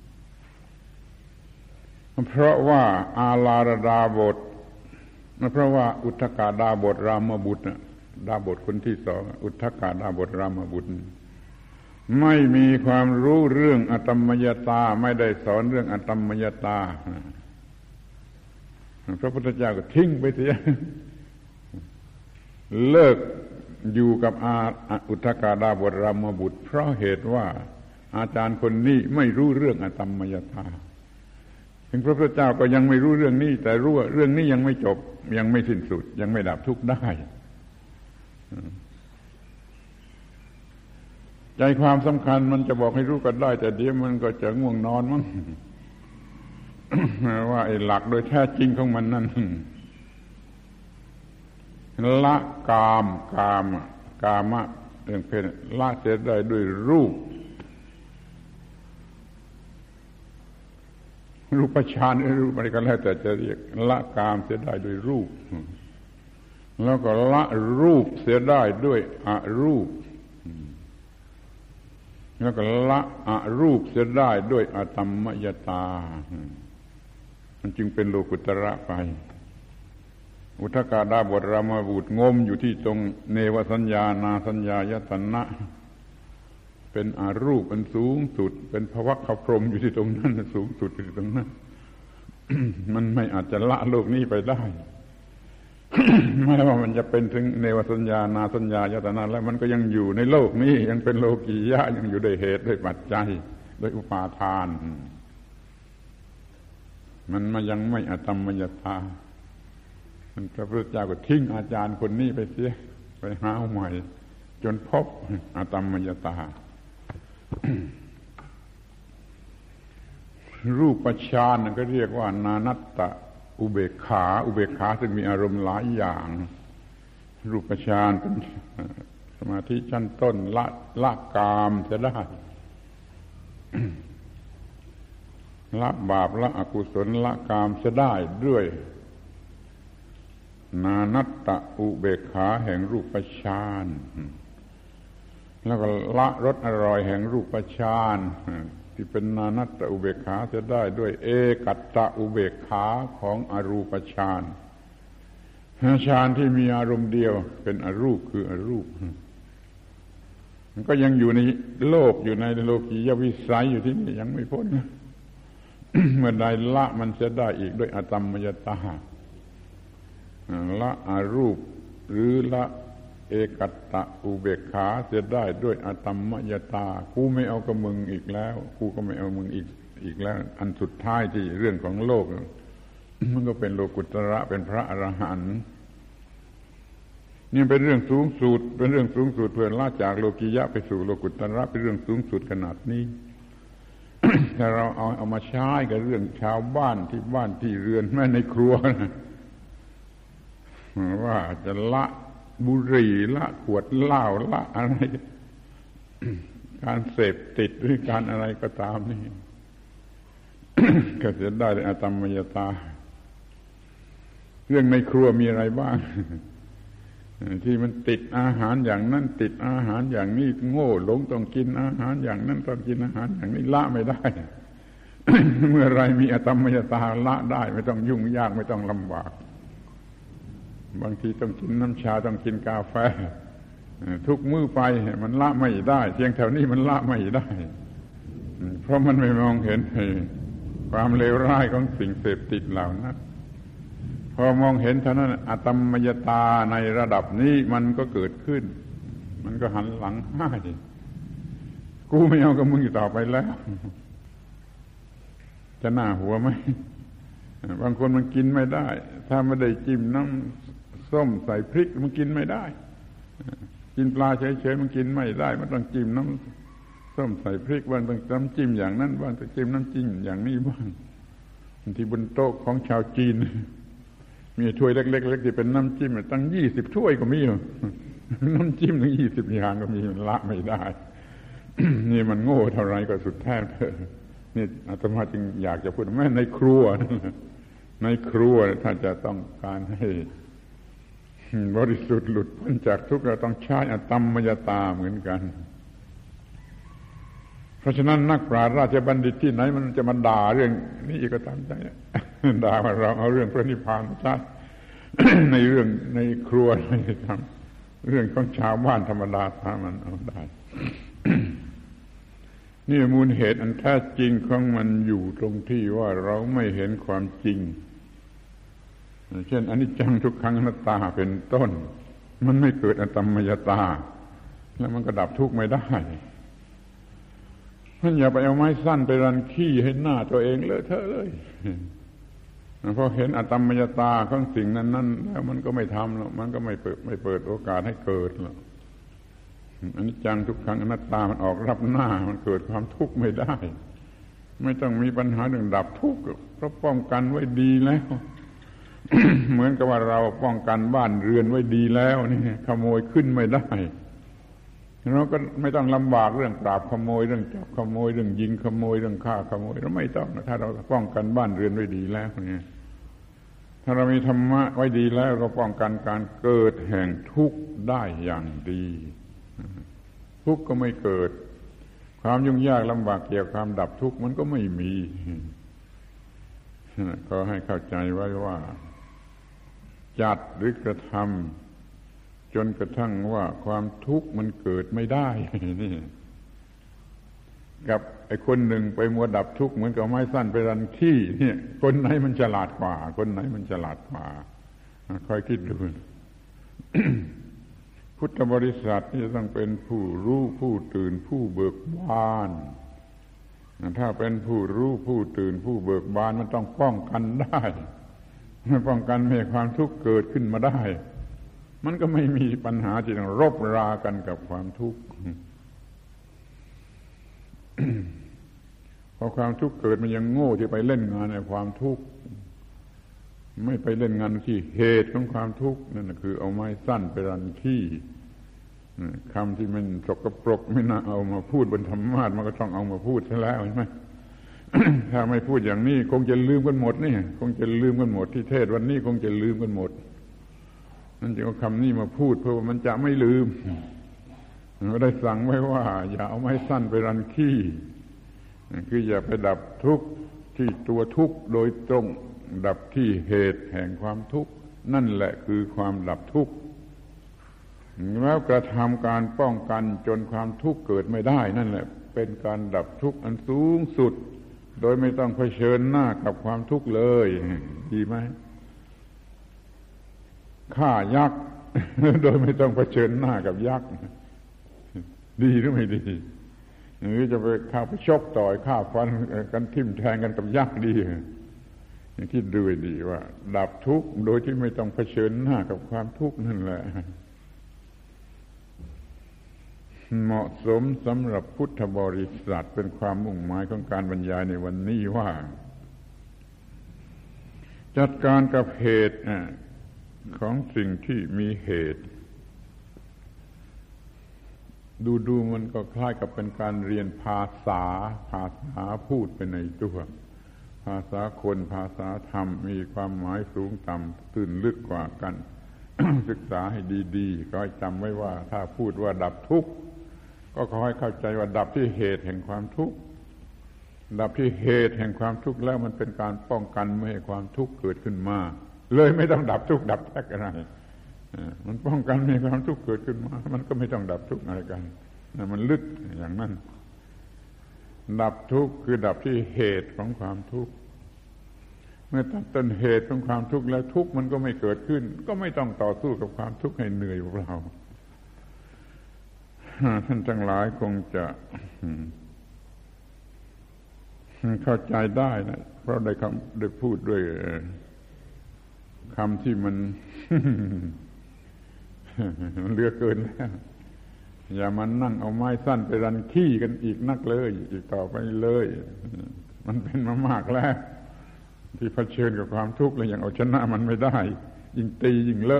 เพราะว่าอาลาดาบทเพราะว่าอุทธกดาบทรามบุตรดาบทคนที่2อุทธกดาบทรามบุตรไม่มีความรู้เรื่องอตมยตาไม่ได้สอนเรื่องอตมยตาพระพุทธเจ้าก็ทิ้งไปเสียเลิกอยู่กับอุทธกดาบทรามบุตรเพราะเหตุว่าอาจารย์คนนี้ไม่รู้เรื่องอตมยตาถึงพระพุทธเจ้าก็ยังไม่รู้เรื่องนี้แต่รู้ว่าเรื่องนี้ยังไม่จบยังไม่สิ้นสุดยังไม่ดับทุกข์ได้ใจความสำคัญมันจะบอกให้รู้ก็ได้แต่เดี๋ยวมันก็จะง่วงนอนมั้ง ว่าไอ้หลักโดยแท้จริงของมันนั่นละกามะเรื่องเพศละเสียได้ด้วยรูปฌานหรือรูปอะไรก็แล้วแต่จะเรียกละกามเสียได้ด้วยรูปแล้วก็ละรูปเสียได้ด้วยอรูปแล้วก็ละอรูปเสียได้ด้วยอตมยตามันจึงเป็นโลกุตระไปอุทธกดาบทรามบุตรงมอยู่ที่ตรงเนวสัญญานาสัญญายตนะเป็นอรูปเป็นสูงสุดเป็นภวัคคพรหมอยู่ที่ตรงนั้นสูงสุดอยู่ตรงนั้น มันไม่อาจจะละโลกนี้ไปได้ ไม่ว่ามันจะเป็นถึงเนวสัญญานาสัญญายตนะแล้วมันก็ยังอยู่ในโลกนี้ยังเป็นโลกียะยังอยู่ด้วยเหตุด้วยปัจจัยด้วยอุปาทานมันยังไม่อตมยตาพระพุทธเจ้าก็ทิ้งอาจารย์คนนี้ไปเสียไปหาใหม่จนพบอตมยตา รูปฌานก็เรียกว่านานัตตะอุเบกขาซึ่งมีอารมณ์หลายอย่างรูปฌานเป็นสมาธิชั้นต้นละกามจะได้ ละบาปละอกุศลละกามจะได้ด้วยนานัตตะอุเบกขาแห่งรูปฌานแล้วก็ละรสอร่อยแห่งรูปฌานที่เป็นนานัตตะอุเบกขาจะได้ด้วยเอกัตตะอุเบกขาของอรูปฌานฌานที่มีอารมณ์เดียวเป็นอรูปคืออรูปมันก็ยังอยู่ในโลกอยู่ในโลกียวิสัยอยู่ที่นี่ยังไม่พ้น เมื่อใดละมันจะได้อีกด้วยอตัมมยตาละอรูปหรือละเอกัตตะอุเบกขาจะได้ด้วยอตัมมยตากูไม่เอากับมึงอีกแล้วกูก็ไม่เอามึงอีกแล้วอันสุดท้ายที่เรื่องของโลกมันก็เป็นโลกุตระเป็นพระอรหันต์นี่เป็นเรื่องสูงสุดเป็นเรื่องสูงสุดเพื่อละจากโลกียะไปสู่โลกุตระเป็นเรื่องสูงสุดขนาดนี้ ถ้าเราเอามาใช้กับเรื่องชาวบ้านที่บ้านที่เรือนแม้ในครัวนะว่าจะละบุหรี่ละขวดเหล้าละอะไร การเสพติดหรือการอะไรก็ตามนี่ ก็จะได้อตัมมยตาเรื่องในครัวมีอะไรบ้าง ที่มันติดอาหารอย่างนั้นติดอาหารอย่างนี้โง่หลงต้องกินอาหารอย่างนั้นต้องกินอาหารอย่างนี้ละไม่ได้ เมื่อไรมีอตัมมยตาละได้ไม่ต้องยุ่งยากไม่ต้องลำบากบางทีต้องกินน้ำชาต้องกินกาแฟทุกมื้อไปมันละไม่ได้เพียงแถวนี้มันละไม่ได้เพราะมันไม่มองเห็นความเลวร้ายของสิ่งเสพติดเหล่านั้นพอมองเห็นเท่านั้นอตัมมยตาในระดับนี้มันก็เกิดขึ้นมันก็หันหลังให้กูไม่เอากับมึงอีกต่อไปแล้วจะน่าหัวไหมบางคนมันกินไม่ได้ถ้าไม่ได้จิ้มน้ำส้มใส่พริกมันกินไม่ได้กินปลาเฉยๆมันกินไม่ได้มันต้องจิ้มน้ำส้มใส่พริกบ้างต้องน้ำจิ้มอย่างนั้นบ้างต้องจิ้มน้ำจิ้มอย่างนี้บ้างที่บนโต๊ะของชาวจีนมีถ้วยเล็กๆที่เป็นน้ำจิ้มตั้ง20ถ้วยก็มีน้ำจิ้มตั้ง20อย่างก็มีละไม่ได้ นี่มันโง่เท่าไรก็สุดแท้นี่อาตมาจึงอยากจะพูดแม้ในครัวในครัวถ้าจะต้องการให้บริสุทธิ์หลุดพ้นจากทุกข์เราต้องใช้อตัมมยตาเหมือนกันเพราะฉะนั้นนักปราชญ์ราชบัณฑิตที่ไหนมันจะมาด่าเรื่องนี้ก็ตามใจด่าว่าเราเอาเรื่องพระนิพพานมาใช้ ในเรื่องในครัวในทำเรื่องของชาวบ้านธรรมดาถ้ามันเอาได้ นี่มูลเหตุอันแท้จริงของมันอยู่ตรงที่ว่าเราไม่เห็นความจริงเช่นอนิจจังทุกขังอนัตตาเป็นต้นมันไม่เกิดอตัมมยตาแล้วมันก็ดับทุกข์ไม่ได้ท่านอย่าไปเอาไม้สั้นไปรันขี้ให้หน้าตัวเองเลอะเทอะเลยพอเห็นอตัมมยตาของสิ่งนั้นๆแล้วมันก็ไม่ทำแล้วมันก็ไม่เปิดโอกาสให้เกิดแล้วอนิจจังทุกขังอนัตตามันออกรับหน้ามันเกิดความทุกข์ไม่ได้ไม่ต้องมีปัญหาเรื่องดับทุกข์เพราะป้องกันไว้ดีแล้ว เหมือนกับว่าเราป้องกันบ้านเรือนไว้ดีแล้วนี่ขโมยขึ้นไม่ได้เราก็ไม่ต้องลำบากเรื่องปราบขโมยเรื่องจับขโมยเรื่องยิงขโมยเรื่องฆ่าขโมยเราไม่ต้องถ้าเราป้องกันบ้านเรือนไว้ดีแล้วเนี่ยถ้าเรามีธรรมะไว้ดีแล้วเราป้องกันการเกิดแห่งทุกข์ได้อย่างดีทุกข์ก็ไม่เกิดความยุ่งยากลำบากเกี่ยวกับความดับทุกข์มันก็ไม่มีก็ให้เข้าใจไว้ว่าจัดหรือกระทำจนกระทั่งว่าความทุกข์มันเกิดไม่ได้นี่กับไอ้คนหนึ่งไปมัวดับทุกข์เหมือนกับไม้สั้นไปรันขี้เนี่ยคนไหนมันฉลาดกว่าคนไหนมันฉลาดกว่าค่อยคิดดู พุทธบริษัทนี่จะต้องเป็นผู้รู้ผู้ตื่นผู้เบิกบานถ้าเป็นผู้รู้ผู้ตื่นผู้เบิกบานมันต้องป้องกันได้ป้องกันไม่ให้ความทุกข์เกิดขึ้นมาได้มันก็ไม่มีปัญหาที่ต้องรบรากันกับความทุกข์ พอความทุกข์เกิดมันยังโง่ที่ไปเล่นงานในความทุกข์ไม่ไปเล่นงานที่เหตุของความทุกข์นั่นคือเอาไม้สั้นไปรันขี้คำที่มันสกปรกไม่น่าเอามาพูดบนธรรมาสน์มันก็ต้องเอามาพูดซะแล้วใช่ไหม ถ้าไม่พูดอย่างนี้คงจะลืมกันหมดนี่คงจะลืมกันหมดที่เทศวันนี้คงจะลืมกันหมดนั่นจึงเอาคำนี้มาพูดเพื่อว่ามันจะไม่ลืมก็ได้สั่งไว้ว่าอย่าเอาไม้สั้นไปรันขี้คืออย่าไปดับทุกข์ที่ตัวทุกข์โดยตรงดับที่เหตุแห่งความทุกข์นั่นแหละคือความดับทุกข์แล้วกระทำการป้องกันจนความทุกข์เกิดไม่ได้นั่นแหละเป็นการดับทุกข์อันสูงสุดโดยไม่ต้องเผชิญหน้ากับความทุกข์เลยดีไหมฆ่ายักษ์โดยไม่ต้องเผชิญหน้ากับยักษ์ดีหรือไม่ดีหรือจะไปเข้าไปชกต่อยฆ่าฟันกันทิ่มแทงกันกับยักษ์ดีคิดดูดีว่าดับทุกข์โดยที่ไม่ต้องเผชิญหน้ากับความทุกข์นั่นแหละเหมาะสมสำหรับพุทธบริษัทเป็นความมุ่งหมายของการบรรยายในวันนี้ว่าจัดการกับเหตุของสิ่งที่มีเหตุดูมันก็คล้ายกับเป็นการเรียนภาษาพูดไปในตัวภาษาคนภาษาธรรมมีความหมายสูงต่ำตื้นลึกกว่ากัน ศึกษาให้ดีๆก็ให้จำไว้ว่าถ้าพูดว่าดับทุกข์ก็ขอให้เข้าใจว่าดับที่เหตุแห่งความทุกข์ดับที่เหตุแห่งความทุกข์แล้วมันเป็นการป้องกันไม่ให้ความทุกข์เกิดขึ้นมาเลยไม่ต้องดับทุกข์ดับแท้อะไรมันป้องกันไม่ให้ความทุกข์เกิดขึ้นมามันก็ไม่ต้องดับทุกข์อะไรกันมันลึกอย่างนั้นดับทุกข์คือดับที่เหตุของความทุกข์เมื่อตัดต้นเหตุของความทุกข์แล้วทุกข์มันก็ไม่เกิดขึ้นก็ไม่ต้องต่อสู้กับความทุกข์ให้เหนื่อยเปล่าท่านทั้งหลายคงจะเข้าใจได้นะเพราะได้พูดด้วยคำที่มัน เหลือเกินแล้วอย่ามานั่งเอาไม้สั้นไปรันขี้กันอีกนักเลยอีกต่อไปเลยมันเป็นมามากแล้วที่เผชิญกับความทุกข์แล้วยังเอาชนะมันไม่ได้ยิ่งตียิ่งเลอะ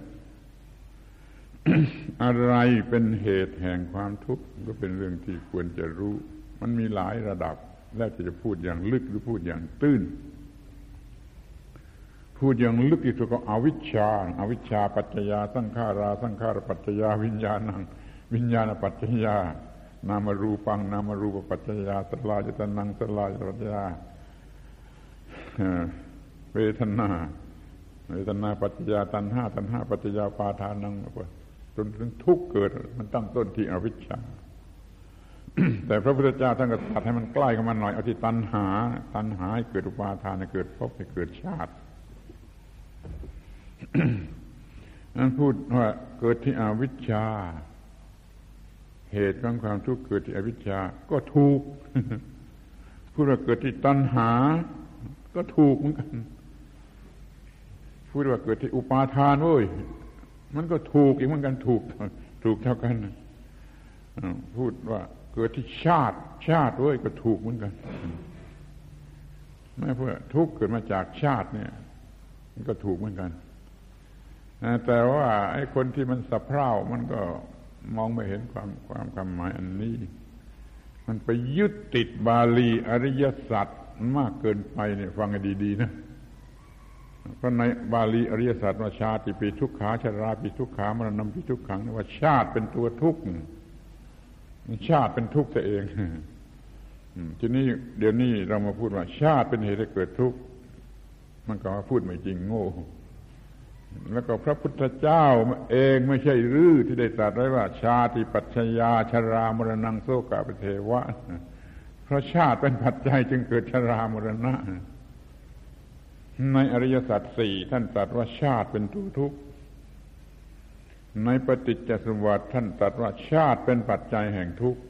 อะไรเป็นเหตุแห่งความทุกข์ก็เป็นเรื่องที่ควรจะรู้มันมีหลายระดับแล้วจะพูดอย่างลึกหรือพูดอย่างตื้นพูดอย่างลึกที่สุดก็อวิชชาปัจจยาสังขาราสังขารปัจจยาวิญญาณังวิญญาณปัจจยานามรูปังนามรูปปัจจยาสลายตนังสลายปัจจยาเวทนาปัจจยาตัณหาปัจจยาปาทานังจนถึงทุกข์เกิดมันตั้งต้นที่อวิชชา แต่พระพุทธเจ้าท่านก็ตัดให้มันใกล้เข้ามาหน่อยเอาที่ตัณหาให้เกิดอุปาทานให้เกิดภพให้เกิดชาติ นั้นพูดว่าเกิดที่อวิชชาเหตุของความทุกข์เกิดที่อวิชชาก็ถูก พูดว่าเกิดที่ตัณหาก็ถูกเหมือนกันพูดว่าเกิดที่อุปาทานเว้ยมันก็ถูกอีกเหมือนกันถูกเท่ากันพูดว่าเกิดที่ชาติเว้ยก็ถูกเหมือนกันไม่เพื่อทุกข์เกิดมาจากชาติเนี่ยมันก็ถูกเหมือนกันแต่ว่าไอ้คนที่มันสะเพร่ามันก็มองไม่เห็นความหมายอันนี้มันไปยึดติดบาลีอริยสัจมากเกินไปเนี่ยฟังให้ดีๆนะเพราะในบาลีอริยสัจว่าชาติปิทุกขาชราปิทุกขามรณะปิทุกขังว่าชาติเป็นตัวทุกข์ชาติเป็นทุกข์ตัวเองทีนี้เดี๋ยวนี้เรามาพูดว่าชาติเป็นเหตุให้เกิดทุกข์มันก็พูดไม่จริงโง่แล้วก็พระพุทธเจ้าเองไม่ใช่หรือที่ได้ตรัสไว้ว่าชาติปัจจยาชรามรณังโสกะปเทวะเพราะชาติเป็นปัจจัยจึงเกิดชรามรณะในอริยสัจสี่ท่านตรัสว่าชาติเป็นตัวทุกข์ในปฏิจจสมุปบาทท่านตรัสว่าชาติเป็นปัจจัยแห่งทุกข์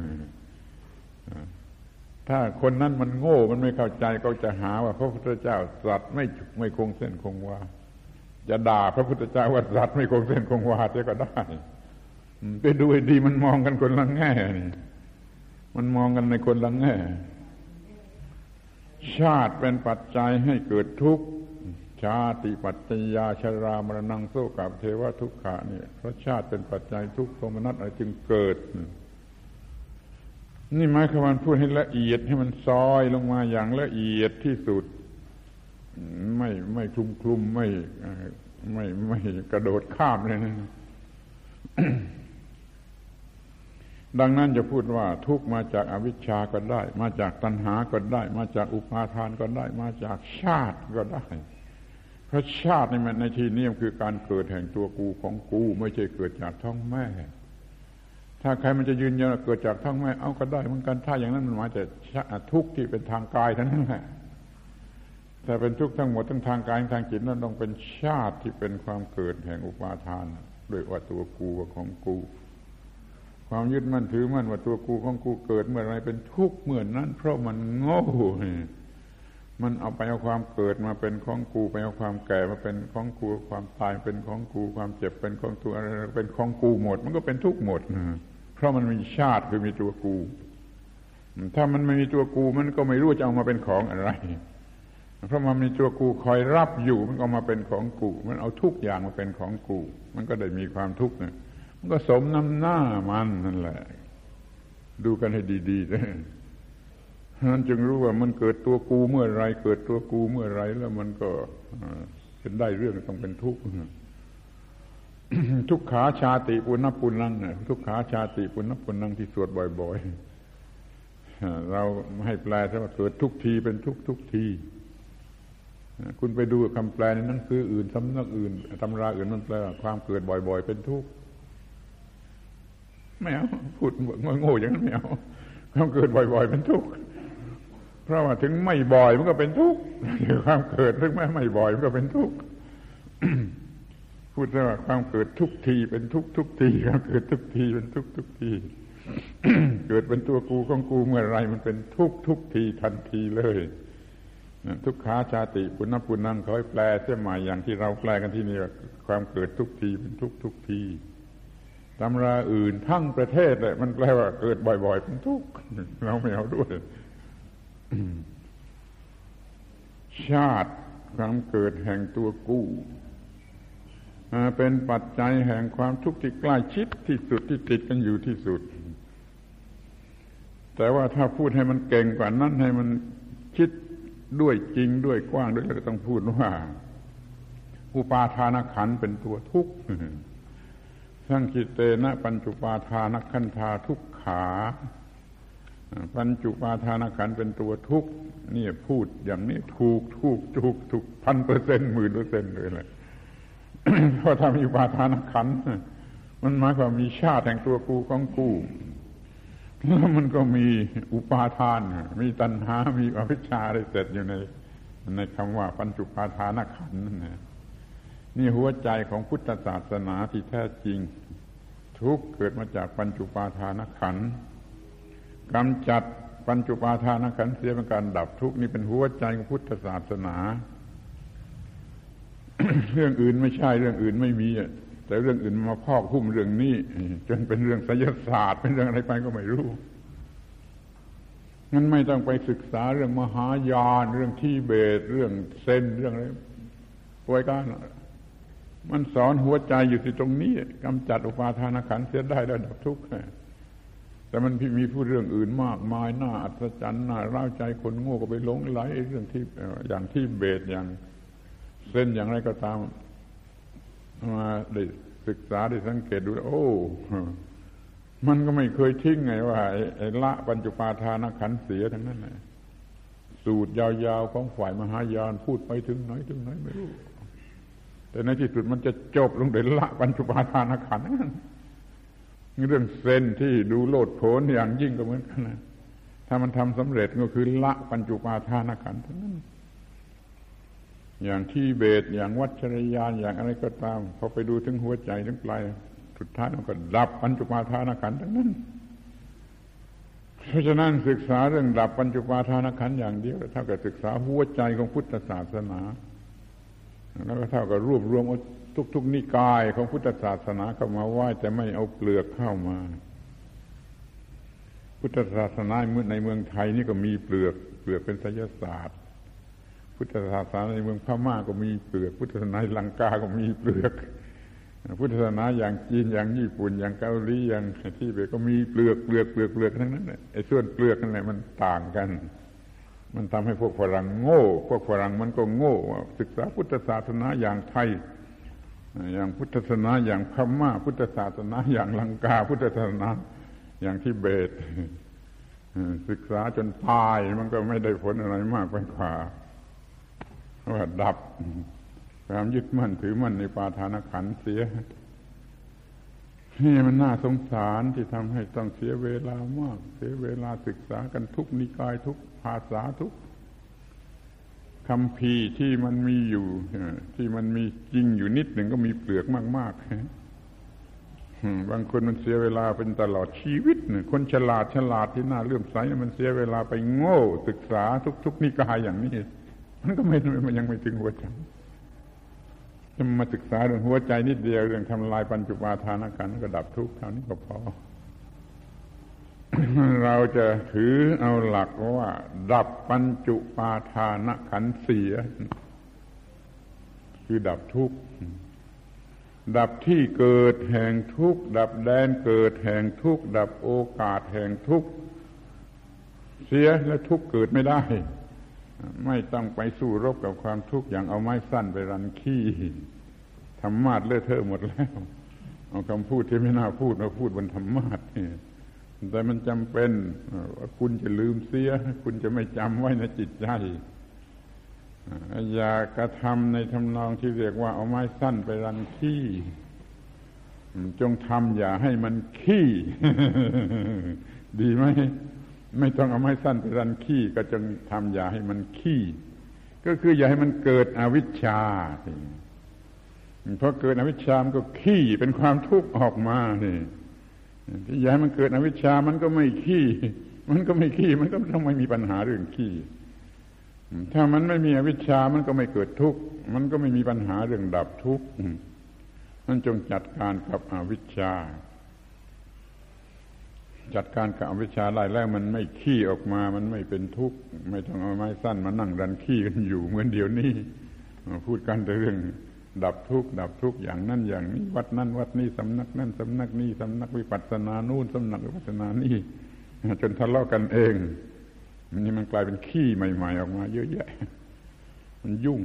ถ้าคนนั้นมันโง่มันไม่เข้าใจก็จะหาว่าพระพุทธเจ้าตรัสไม่คงเส้นคงวาจะด่าพระพุทธเจ้าว่าตรัสไม่คงเส้นคงวาจะก็ได้ไปดูให้ดีมันมองกันคนละแง่นี่มันมองกันในคนละแง่ชาติเป็นปัจจัยให้เกิดทุกข์ชาติปัจจยาชรามรณังโสกะเทวะทุกขะเนี่ยเพราะชาติเป็นปัจจัยทุกข์โทมนัสอะไรจึงเกิดนี่หมายความว่าพูดให้ละเอียดให้มันซอยลงมาอย่างละเอียดที่สุดไม่คลุมไม่กระโดดข้ามเลยนะ ดังนั้นจะพูดว่าทุกข์มาจากอวิชชาก็ได้มาจากตัณหาก็ได้มาจากอุปาทานก็ได้มาจากชาติก็ได้เพราะชาติในที่นี้คือการเกิดแห่งตัวกูของกูไม่ใช่เกิดจากท้องแม่ถ้าใครมันจะยืนยันว่าเกิดจากท้องแม่เอาก็ได้เหมือนกันถ้าอย่างนั้นมันหมายแต่ทุกข์ที่เป็นทางกายทั้งนั้นแหละแต่เป็นทุกข์ทั้งหมดทั้งทางกายทางจิตนั่นต้องเป็นชาติที่เป็นความเกิดแห่งอุปาทานโดยว่าตัวกูว่าของกูความยึดมั่นถือมั่นว่าตัวกูของกูเกิดเมื่อไรเป็นทุกข์เมื่อนั้นเพราะมันโง่มันเอาความเกิดมาเป็นของกูไปเอาความแก่มาเป็นของกูความตายเป็นของกูความเจ็บเป็นของตัวอะไรเป็นของกูหมดมันก็เป็นทุกข์หมดเพราะมันมีชาติคือมีตัวกูถ้ามันไม่มีตัวกูมันก็ไม่รู้จะเอามาเป็นของอะไรเพราะมันมีตัวกูคอยรับอยู่มันก็มาเป็นของกูมันเอาทุกอย่างมาเป็นของกูมันก็ได้มีความทุกข์มันก็สมน้ำหน้ามันนั่นแหละดูกันให้ดีๆนะนั้นจึงรู้ว่ามันเกิดตัวกูเมื่อไรเกิดตัวกูเมื่อไรแล้วมันก็เป็นได้เรื่องต้องเป็นทุกข์ทุกขาชาติปุณณปุณังทุกขาชาติปุณณปุณังที่สวดบ่อยๆเราให้แปลซะว่าเกิดทุกทีเป็นทุกทีคุณไปดูคำแปลในหนังสืออื่นสำนักอื่นตำราอื่นมันแปลว่าความเกิดบ่อยๆเป็นทุกข์ไม่เอาพูดโง่ๆอย่างนั้นไม่เอาความเกิดบ่อยๆเป็นทุกข์เพราะว่าถึงไม่บ่อยมันก็เป็นทุกข์ความเกิดถึงแม้ไม่บ่อยมันก็เป็นทุกข์พูดว่าความเกิดทุกทีเป็นทุกทีความเกิดทุกทีเป็นทุกทีเกิดเป็นตัวกูของกูเมื่อไรมันเป็นทุกทีทันทีเลยทุกขาชาติปุณณปุณังเขาให้แปลเสียใหม่อย่างที่เราแปลกันที่นี่ว่าความเกิดทุกทีเป็นทุกทีตำราอื่นทั้งประเทศเลยมันแปลว่าเกิดบ่อยๆเป็นทุกข์เราไม่เอาด้วยชาติความเกิดแห่งตัวกู้เป็นปัจจัยแห่งความทุกข์ที่ใกล้ชิดที่สุดที่ติดกันอยู่ที่สุดแต่ว่าถ้าพูดให้มันเก่งกว่านั้นให้มันคิดด้วยจริงด้วยกว้างด้วยก็ต้องพูดว่าอุปาทานขันธ์เป็นตัวทุกข์สังคิเตนะปัญจุปาทานขันธาทุกขาปัญจุปาทานขันธ์เป็นตัวทุกข์นี่พูดอย่างนี้ถูก 1,000% 10,000% เลยแหละเพราะถ้ามีอุปาทานขันธ์มันหมายความมีชาติแห่งตัวกูของกูแล้วมันก็มีอุปาทานมีตัณหามีอวิชชาได้เสร็จอยู่ในคำว่าปัญจุปาทานขันธ์นี่หัวใจของพุทธศาสนาที่แท้จริงทุกข์เกิดมาจากปัญจุปาทานขันธ์กำจัดปัญจุปาทานขันธ์เสียเป็นการดับทุกข์นี่เป็นหัวใจของพุทธศาสนา เรื่องอื่นไม่ใช่เรื่องอื่นไม่มีแต่เรื่องอื่นมาพอกหุ้มเรื่องนี้จนเป็นเรื่องไสยศาสตร์เป็นเรื่องอะไรไปก็ไม่รู้งั้นไม่ต้องไปศึกษาเรื่องมหายานเรื่องทิเบตเรื่องเซนเรื่องอะไรป่วยกันมันสอนหัวใจอยู่ที่ตรงนี้กำจัดอุปาทานขันธ์เสียได้แล้วดับทุกข์แต่มันมีพูดเรื่องอื่นมากมายน่าอัศจรรย์น่าร้าวใจคนโง่ก็ไปหลงไหลเรื่องที่อย่างทิเบตอย่างเซนอย่างไรก็ตามมาได้ศึกษาได้สังเกตดูโอ้มันก็ไม่เคยทิ้งไงว่าไอ้ละปัญจุปาทานขันธ์เสียทั้งนั้นแหละสูตรยาวๆของฝ่ายมหายานพูดไปถึงไหนไม่รู้แต่ในที่สุดมันจะจบลงด้วยละปัญจุปาทานขันธ์นั่นเรื่องเซนที่ดูโลดโผนอย่างยิ่งก็เหมือนกันนะถ้ามันทำสำเร็จก็คือละปัญจุปาทานขันธ์ทั้งนั้นอย่างที่เบตอย่างวัชรยานอย่างอะไรก็ตามพอไปดูถึงหัวใจถึงปลายสุดท้ายมันก็ดับปัญจุปาทานขันธ์ทั้งนั้นเพราะฉะนั้นศึกษาเรื่องดับปัญจุปาทานขันธ์อย่างเดียวเท่ากับศึกษาหัวใจของพุทธศาสนาแล้วก็เท่ากับรวบรวมทุกนิกายของพุทธศาสนาเข้ามาไว้แต่ไม่เอาเปลือกเข้ามาพุทธศาสนาในเมืองไทยนี่ก็มีเปลือกเป็นไสยศาสตร์พุทธศาสนาในเมืองพม่าก็มีเปลือกพุทธศาสนาในลังกาก็มีเปลือกพุทธศาสนาอย่างจีนอย่างญี่ปุ่นอย่างเกาหลีอย่างที่เบตก็มีเปลือกทั้งนั้นไอ้ส่วนเปลือกนั่นแหละมันต่างกันมันทำให้พวกฝรั่งโง่พวกฝรั่งมันก็โง่ศึกษาพุทธศาสนาอย่างไทยอย่างพุทธศาสนาอย่างพม่าพุทธศาสนาอย่างลังกาพุทธศาสนาอย่างทิเบตศึกษาจนตายมันก็ไม่ได้ผลอะไรมากไปกว่าดับความยึดมั่นถือมั่นในอุปาทานขันธ์เสียนี่มันน่าสงสารที่ทำให้ต้องเสียเวลามากเสียเวลาศึกษากันทุกนิกายทุกภาษาทุกคัมภีร์ที่มันมีอยู่ที่มันมีจริงอยู่นิดหนึ่งก็มีเปลือกมากๆบางคนมันเสียเวลาเป็นตลอดชีวิตคนฉลาดที่น่าเลื่อมใสมันเสียเวลาไปโง่ศึกษาทุกนิกายอย่างนี้มันก็มันยังไม่ถึงหัวใจจะมาศึกษาเรื่องหัวใจนิดเดียวเรื่องทำลายปัญจุปาทานขันธ์ก็ดับทุกข์เท่านี้ก็พอ เราจะถือเอาหลักว่าดับปัญจุปาทานขันธ์เสียคือดับทุกข์ดับที่เกิดแห่งทุกข์ดับแดนเกิดแห่งทุกข์ดับโอกาสแห่งทุกข์เสียและทุกข์เกิดไม่ได้ไม่ต้องไปสู้รบกับความทุกข์อย่างเอาไม้สั้นไปรันขี้ธรรมาสเลอะเทอะหมดแล้วเอาคำพูดที่ไม่น่าพูดมาพูดบนธรรมาสแต่มันจำเป็นว่าคุณจะลืมเสียคุณจะไม่จำไว้ในจิตใจอย่ากระทำในทำนองที่เรียกว่าเอาไม้สั้นไปรันขี้จงทำอย่าให้มันขี้ดีไหมไม่ต้องเอาไม้สั้นไปรันขี้ก็จงทำอย่าให้มันขี้ก็คืออย่าให้มันเกิดอวิชชาเพราะเกิดอวิชชามันก็ขี้เป็นความทุกข์ออกมานี่ที่อย่าให้มันเกิดอวิชชามันก็ไม่ขี้มันก็ต้องไม่มีปัญหาเรื่องขี้ถ้ามันไม่มีอวิชชามันก็ไม่เกิดทุกข์มันก็ไม่มีปัญหาเรื่องดับทุกข์นั่นจงจัดการกับอวิชชาจัดการกับอวิชชาได้แล้วมันไม่ขี้ออกมามันไม่เป็นทุกข์ไม่ต้องเอาไม้สั้นมานั่งรันขี้กันอยู่เหมือนเดี๋ยวนี้พูดกันแต่เรื่องดับทุกข์อย่างนั้นอย่างนี้วัดนั้นวัดนี้สำนักนั้นสำนักนี้สำนักวิปัสสนานู่นสำนักวิปัสสนานี่จนทะเลาะกันเองนี่มันกลายเป็นขี้ใหม่ๆออกมาเยอะแยะมันยุ่ง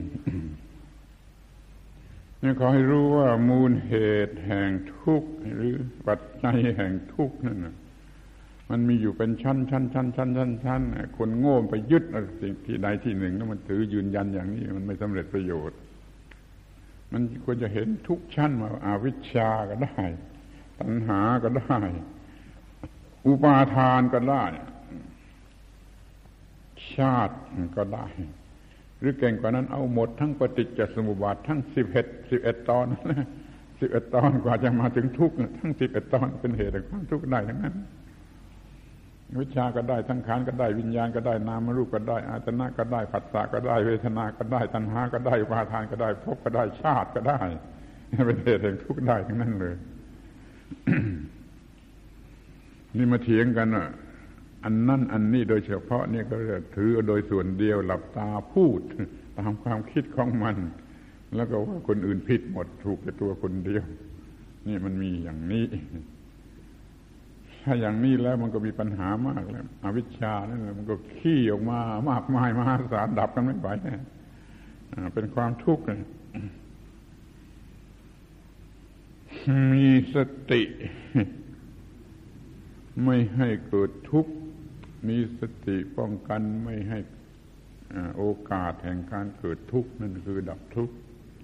นี่ขอให้รู้ว่ามูลเหตุแห่งทุกข์หรือปัจจัยแห่งทุกข์นั่นน่ะมันมีอยู่เป็นชั้นคนโง่ไปยึดสิ่งที่ใดที่หนึ่งแล้วมันถือยืนยันอย่างนี้มันไม่สำเร็จประโยชน์มันควรจะเห็นทุกชั้นมาอวิชชาก็ได้ตัณหาก็ได้อุปาทานก็ได้ชาติก็ได้หรือเก่งกว่านั้นเอาหมดทั้งปฏิจจสมุปบาททั้ง11ตอน11ตอนกว่าจะมาถึงทุกข์ทั้ง11ตอนเป็นเหตุแห่งความทุกข์ได้ทั้งนั้นวิชาก็ได้สังขารก็ได้วิญญาณก็ได้นามรูปก็ได้อาตนะก็ได้ผัสสะก็ได้เวทนาก็ได้ตัณหาก็ได้อุปาทานก็ได้ภพก็ได้ชาติก็ได้เป็นเหตุแห่งทุกข์ได้ทั้งนั้นเลย นี่มาเถียงกันอ่ะอันนั้นอันนี้โดยเฉพาะเนี่ยก็ถือโดยส่วนเดียวหลับตาพูดตามความคิดของมันแล้วก็ว่าคนอื่นผิดหมดถูกแต่ตัวคนเดียวนี่มันมีอย่างนี้ถ้าอย่างนี้แล้วมันก็มีปัญหามากแล้วอวิชชานั่นมันก็ขี้ออกมามากมายมหาศาลดับกันไม่ไหวเป็นความทุกข์มีสติไม่ให้เกิดทุกข์มีสติป้องกันไม่ให้โอกาสแห่งการเกิดทุกข์นั่นคือดับทุกข์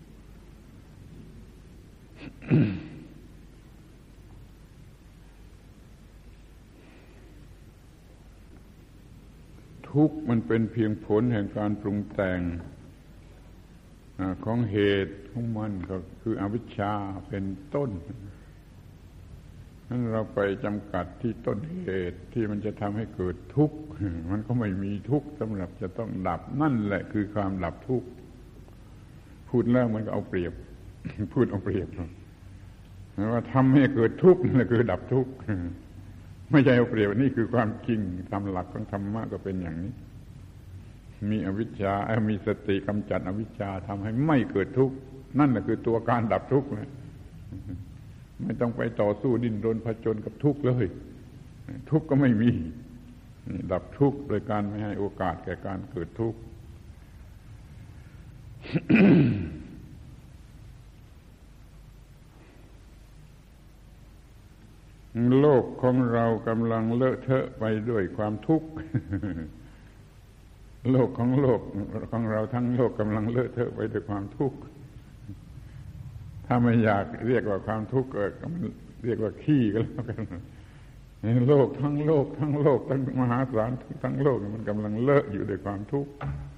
ทุกข์มันเป็นเพียงผลแห่งการปรุงแต่งของเหตุของมันก็คืออวิชชาเป็นต้นนั้นเราไปจำกัดที่ต้นเหตุที่มันจะทำให้เกิดทุกข์มันก็ไม่มีทุกข์สำหรับจะต้องดับนั่นแหละคือความดับทุกข์พูดแล้วมันก็เอาเปรียบ พูดเอาเปรียบว่าทำให้เกิดทุกข์นั่นคือดับทุกข์ไม่ใช่เอาเปรียบนี่คือความจริงตามหลักของธรรมะก็เป็นอย่างนี้มีอวิชชามีสติกำจัดอวิชชาทำให้ไม่เกิดทุกข์นั่นแหละคือตัวการดับทุกข์ไม่ต้องไปต่อสู้ดิ้นรนผจญกับทุกข์เลยทุกข์ก็ไม่มีดับทุกข์โดยการไม่ให้โอกาสแก่การเกิดทุกข์ โลกของเรากำลังเลอะเทอะไปด้วยความทุกข์ โลกของเราทั้งโลกกำลังเลอะเทอะไปด้วยความทุกข์ถ้าไม่อยากเรียกว่าความทุกข์ก็เรียกว่าขี้ก็แล้วกันโลกทั้งโลกทั้งโลกทั้งมหาศาลทั้งโลกมันกำลังเลอะอยู่ด้วยความทุกข์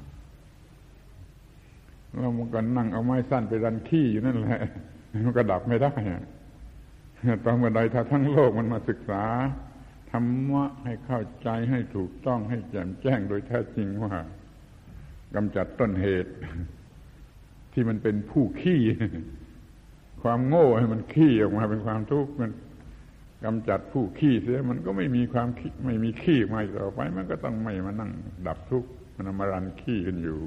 เรามันก็นั่งเอาไม้สั้นไปรันขี้อยู่นั่นแหละมันก็ดับไม่ได้ตอนเมื่อใดถ้าทั้งโลกมันมาศึกษาธรรมะให้เข้าใจให้ถูกต้องให้แจ่มแจ้งโดยแท้จริงว่ากำจัดต้นเหตุที่มันเป็นผู้ขี้ความโง่ให้มันขี้ออกมาเป็นความทุกข์มันกำจัดผู้ขี้เสียมันก็ไม่มีความขี้ไม่มีขี้มาต่อไปมันก็ต้องไม่มานั่งดับทุกข์มันมารันขี้กันอยู่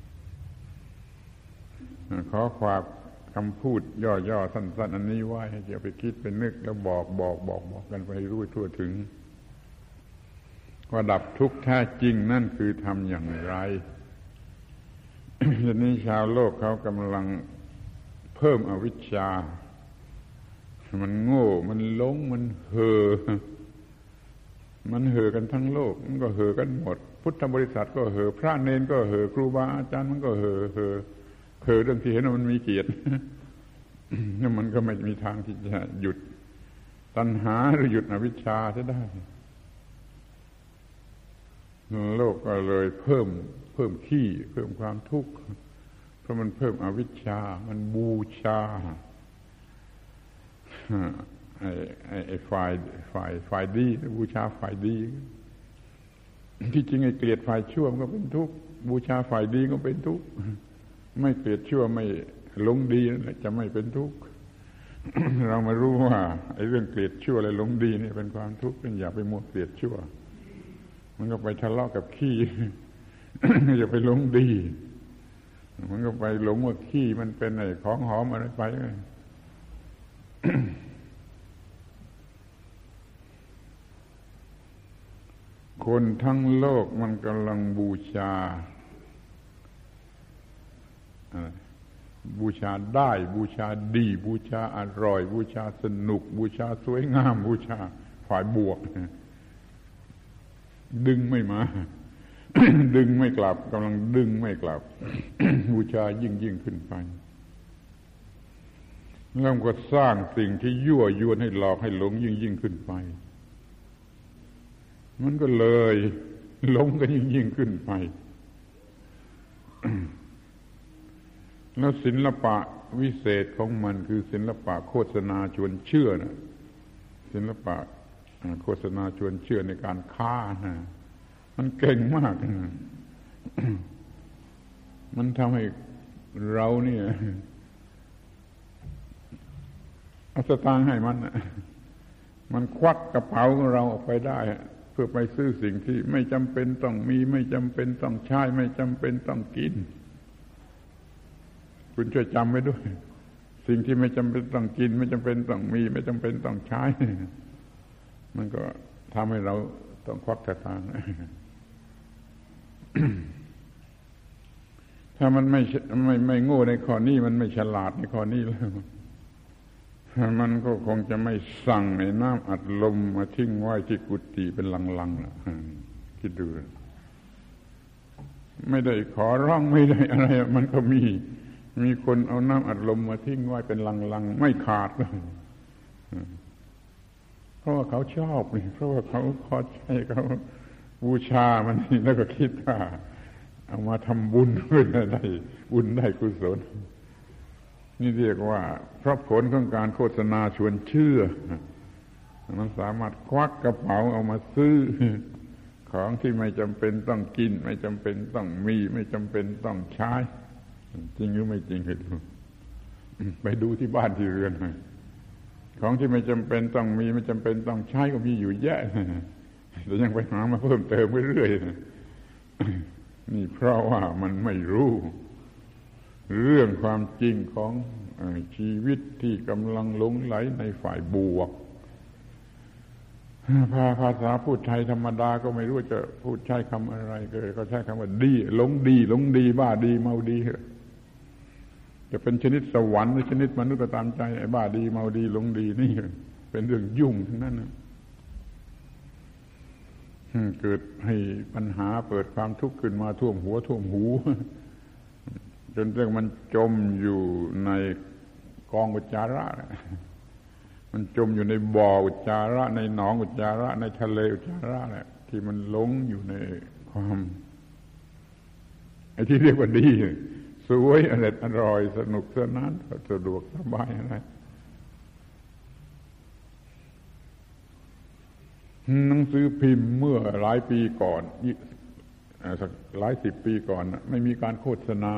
ขอฝากคำพูดย่อๆสั้นๆอันนี้ไว้ให้เดี๋ยวไปคิดไปนึกแล้วบอกกันไปรู้ทั่วถึงว่าดับทุกข์แท้จริงนั่นคือทำอย่างไรทีนี้ชาวโลกเขากำลังเพิ่มอวิชชามันโง่มันหลงมันเห่อกันทั้งโลกมันก็เห่อกันหมดพุทธบริษัทก็เห่อพระเนรก็เห่อครูบาอาจารย์มันก็เห่อเรื่องที่เห็นว่ามันมีเกียรติแล้วมันก็ไม่มีทางที่จะหยุดตัณหาหรือหยุดอวิชชาจะได้โลกก็เลยเพิ่มขี้เพิ่มความทุกข์เพราะมันเพิ่มอวิชชามันบูชาไอ้ฝ่ายดีบูชาฝ่ายดีที่จริงไอ้เกลียดฝ่ายชั่วมันก็เป็นทุกข์บูชาฝ่ายดีก็เป็นทุกข์ไม่เกลียดชั่วไม่หลงดีจะไม่เป็นทุกข์ เรามารู้ว่าไอ้เรื่องเกลียดชั่วและหลงดีนี่เป็นความทุกข์อย่าไปมัวเกลียดชั่วมันก็ไปทะเลาะกับขี้ อย่าไปหลงดีมันก็ไปหลงว่าขี้มันเป็นไอ้ของหอมอะไรไป คนทั้งโลกมันกำลังบูชาได้บูชาดีบูชาอร่อยบูชาสนุกบูชาสวยงามบูชาฝ่ายบวกดึงไม่มา ดึงไม่กลับกำลังดึงไม่กลับ บูชายิ่งขึ้นไปแล้วก็สร้างสิ่งที่ยั่วยวนให้หลอกให้หลงยิ่งขึ้นไปมันก็เลยหลงกันยิ่งขึ้นไป แล้วศิลปะวิเศษของมันคือศิลปะโฆษณาชวนเชื่อนะศิลปะโฆษณาชวนเชื่อในการค้านะมันเก่งมากนะ มันทำให้เราเนี่ยเอาสตางค์ให้มันนะมันควักกระเป๋าของเราออกไปได้เพื่อไปซื้อสิ่งที่ไม่จำเป็นต้องมีไม่จำเป็นต้องใช้ไม่จำเป็นต้องกินคุณช่วยจำไว้ด้วยสิ่งที่ไม่จำเป็นต้องกินไม่จำเป็นต้องมีไม่จำเป็นต้องใช้มันก็ทำให้เราต้องควักสตางค์ ถ้ามันไม่โง่ในข้อนี้มันไม่ฉลาดในข้อนี้แล้วมันก็คงจะไม่สั่งในน้ำอัดลมมาทิ้งไว้ที่กุฏิเป็นลังๆคิดดูไม่ได้ขอร้องไม่ได้อะไรมันก็มีคนเอาน้ำอัดลมมาทิ้งไว้เป็นลังๆไม่ขาดเลยเพราะว่าเขาชอบเพราะว่าเขาพอใจเขาบูชามันแล้วก็คิดว่าเอามาทำบุญเพื่อได้บุญได้กุศลนี่เรียกว่าเพราะผลของการโฆษณาชวนเชื่อมันสามารถควักกระเป๋าเอามาซื้อของที่ไม่จำเป็นต้องกินไม่จำเป็นต้องมีไม่จำเป็นต้องใช้จริงหรือไม่จริงไปดูที่บ้านที่เรือนของที่ไม่จำเป็นต้องมีไม่จำเป็นต้องใช้ก็มีอยู่แยะแต่ยังไปหามาเพิ่มเติมเรื่อยๆนี่เพราะว่ามันไม่รู้เรื่องความจริงของชีวิตที่กำลังหลงไหลในฝ่ายบวกภาษาพูดไทยธรรมดาก็ไม่รู้จะพูดใช้คำอะไรก็ใช้คำว่าดีหลงดีบ้าดีเมาดีจะเป็นชนิดสวรรค์หรือชนิดมนุษย์ก็ตามใจไอ้บ้าดีเมาดีหลงดีนี่เป็นเรื่องยุ่งทั้งนั้นนะเกิดให้ปัญหาเปิดความทุกข์ขึ้นมาท่วมหัวท่วมหูจนเรื่องมันจมอยู่ในกองอุจจาระมันจมอยู่ในบ่ออุจจาระในหนองอุจจาระในทะเลอุจจาระแหละที่มันหลงอยู่ในความไอ้ที่เรียกว่าดีสวยอร่อยสนุกสนานสะดวกสบายอะไรหนังสือพิมพ์เมื่อหลายปีก่อนสักหลายสิบปีก่อนไม่มีการโฆษณา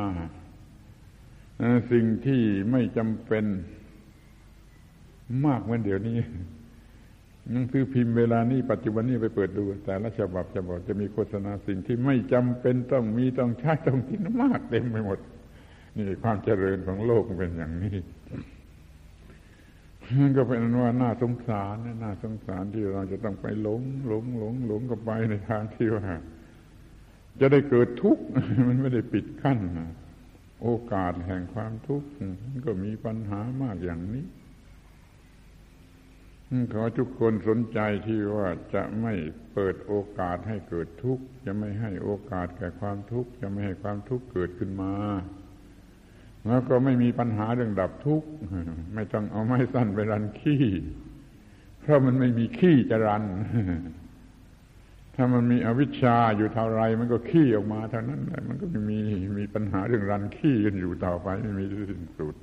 สิ่งที่ไม่จำเป็นมากเหมือนเดี๋ยวนี้หนังสือพิมพ์เวลานี้ปัจจุบันนี้ไปเปิดดูแต่ละฉบับจะบอกจะมีโฆษณาสิ่งที่ไม่จำเป็นต้องมีต้องใช้ต้องกินมากเต็มไปหมดนี่ความเจริญของโลกเป็นอย่างนี้ก็เป็นว่าน่าสงสารน่าสงสารที่เราจะต้องไปหลงกับไปในทางที่ว่าจะได้เกิดทุกข์มันไม่ได้ปิดกั้นโอกาสแห่งความทุกข์มันก็มีปัญหามากอย่างนี้ขอทุกคนสนใจที่ว่าจะไม่เปิดโอกาสให้เกิดทุกข์จะไม่ให้โอกาสแก่ความทุกข์จะไม่ให้ความทุกข์เกิดขึ้นมาแล้วก็ไม่มีปัญหาเรื่องดับทุกข์ไม่ต้องเอาไม้สั้นไปรันขี้เพราะมันไม่มีขี้จะรันถ้ามันมีอวิชชาอยู่เท่าไรมันก็ขี้ออกมาเท่านั้นแหละมันก็ไม่มีปัญหาเรื่องรันขี้กันอยู่ต่อไปไม่มีที่สิ้นสุด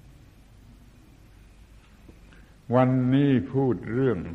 วันนี้พูดเรื่อง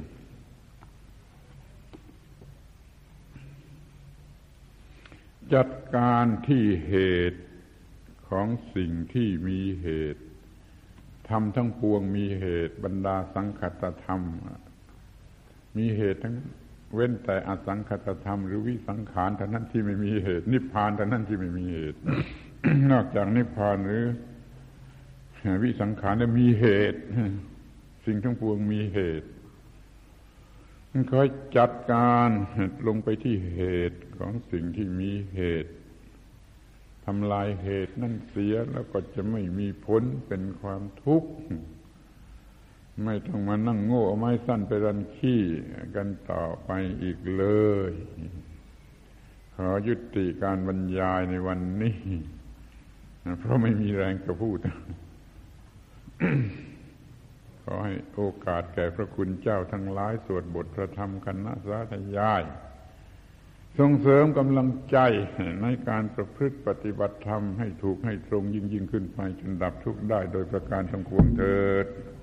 จัดการที่เหตุของสิ่งที่มีเหตุธรรมทั้งปวงมีเหตุบรรดาสังคตธรรมมีเหตุทั้งเว้นแต่อสังคตธรรมหรือวิสังขารเท่านั้นที่ไม่มีเหตุนิพพานเท่านั้นที่ไม่มีเหตุ นอกจากนิพพานหรือวิสังขารเนี่ยมีเหตุสิ่งทั้งปวงมีเหตุคอยจัดการลงไปที่เหตุของสิ่งที่มีเหตุทำลายเหตุนั่นเสียแล้วก็จะไม่มีผลเป็นความทุกข์ไม่ต้องมานั่งโง่เอาไม้สั้นไปรันขี้กันต่อไปอีกเลยขอยุติการบรรยายในวันนี้เพราะไม่มีแรงจะพูด ขอให้โอกาสแก่พระคุณเจ้าทั้งหลายสวดบทพระธรรมคณะสาธยายส่งเสริมกำลังใจในการประพฤติปฏิบัติธรรมให้ถูกให้ตรงยิ่งขึ้นไปจนดับทุกข์ได้โดยประการทั้งปวงเถิด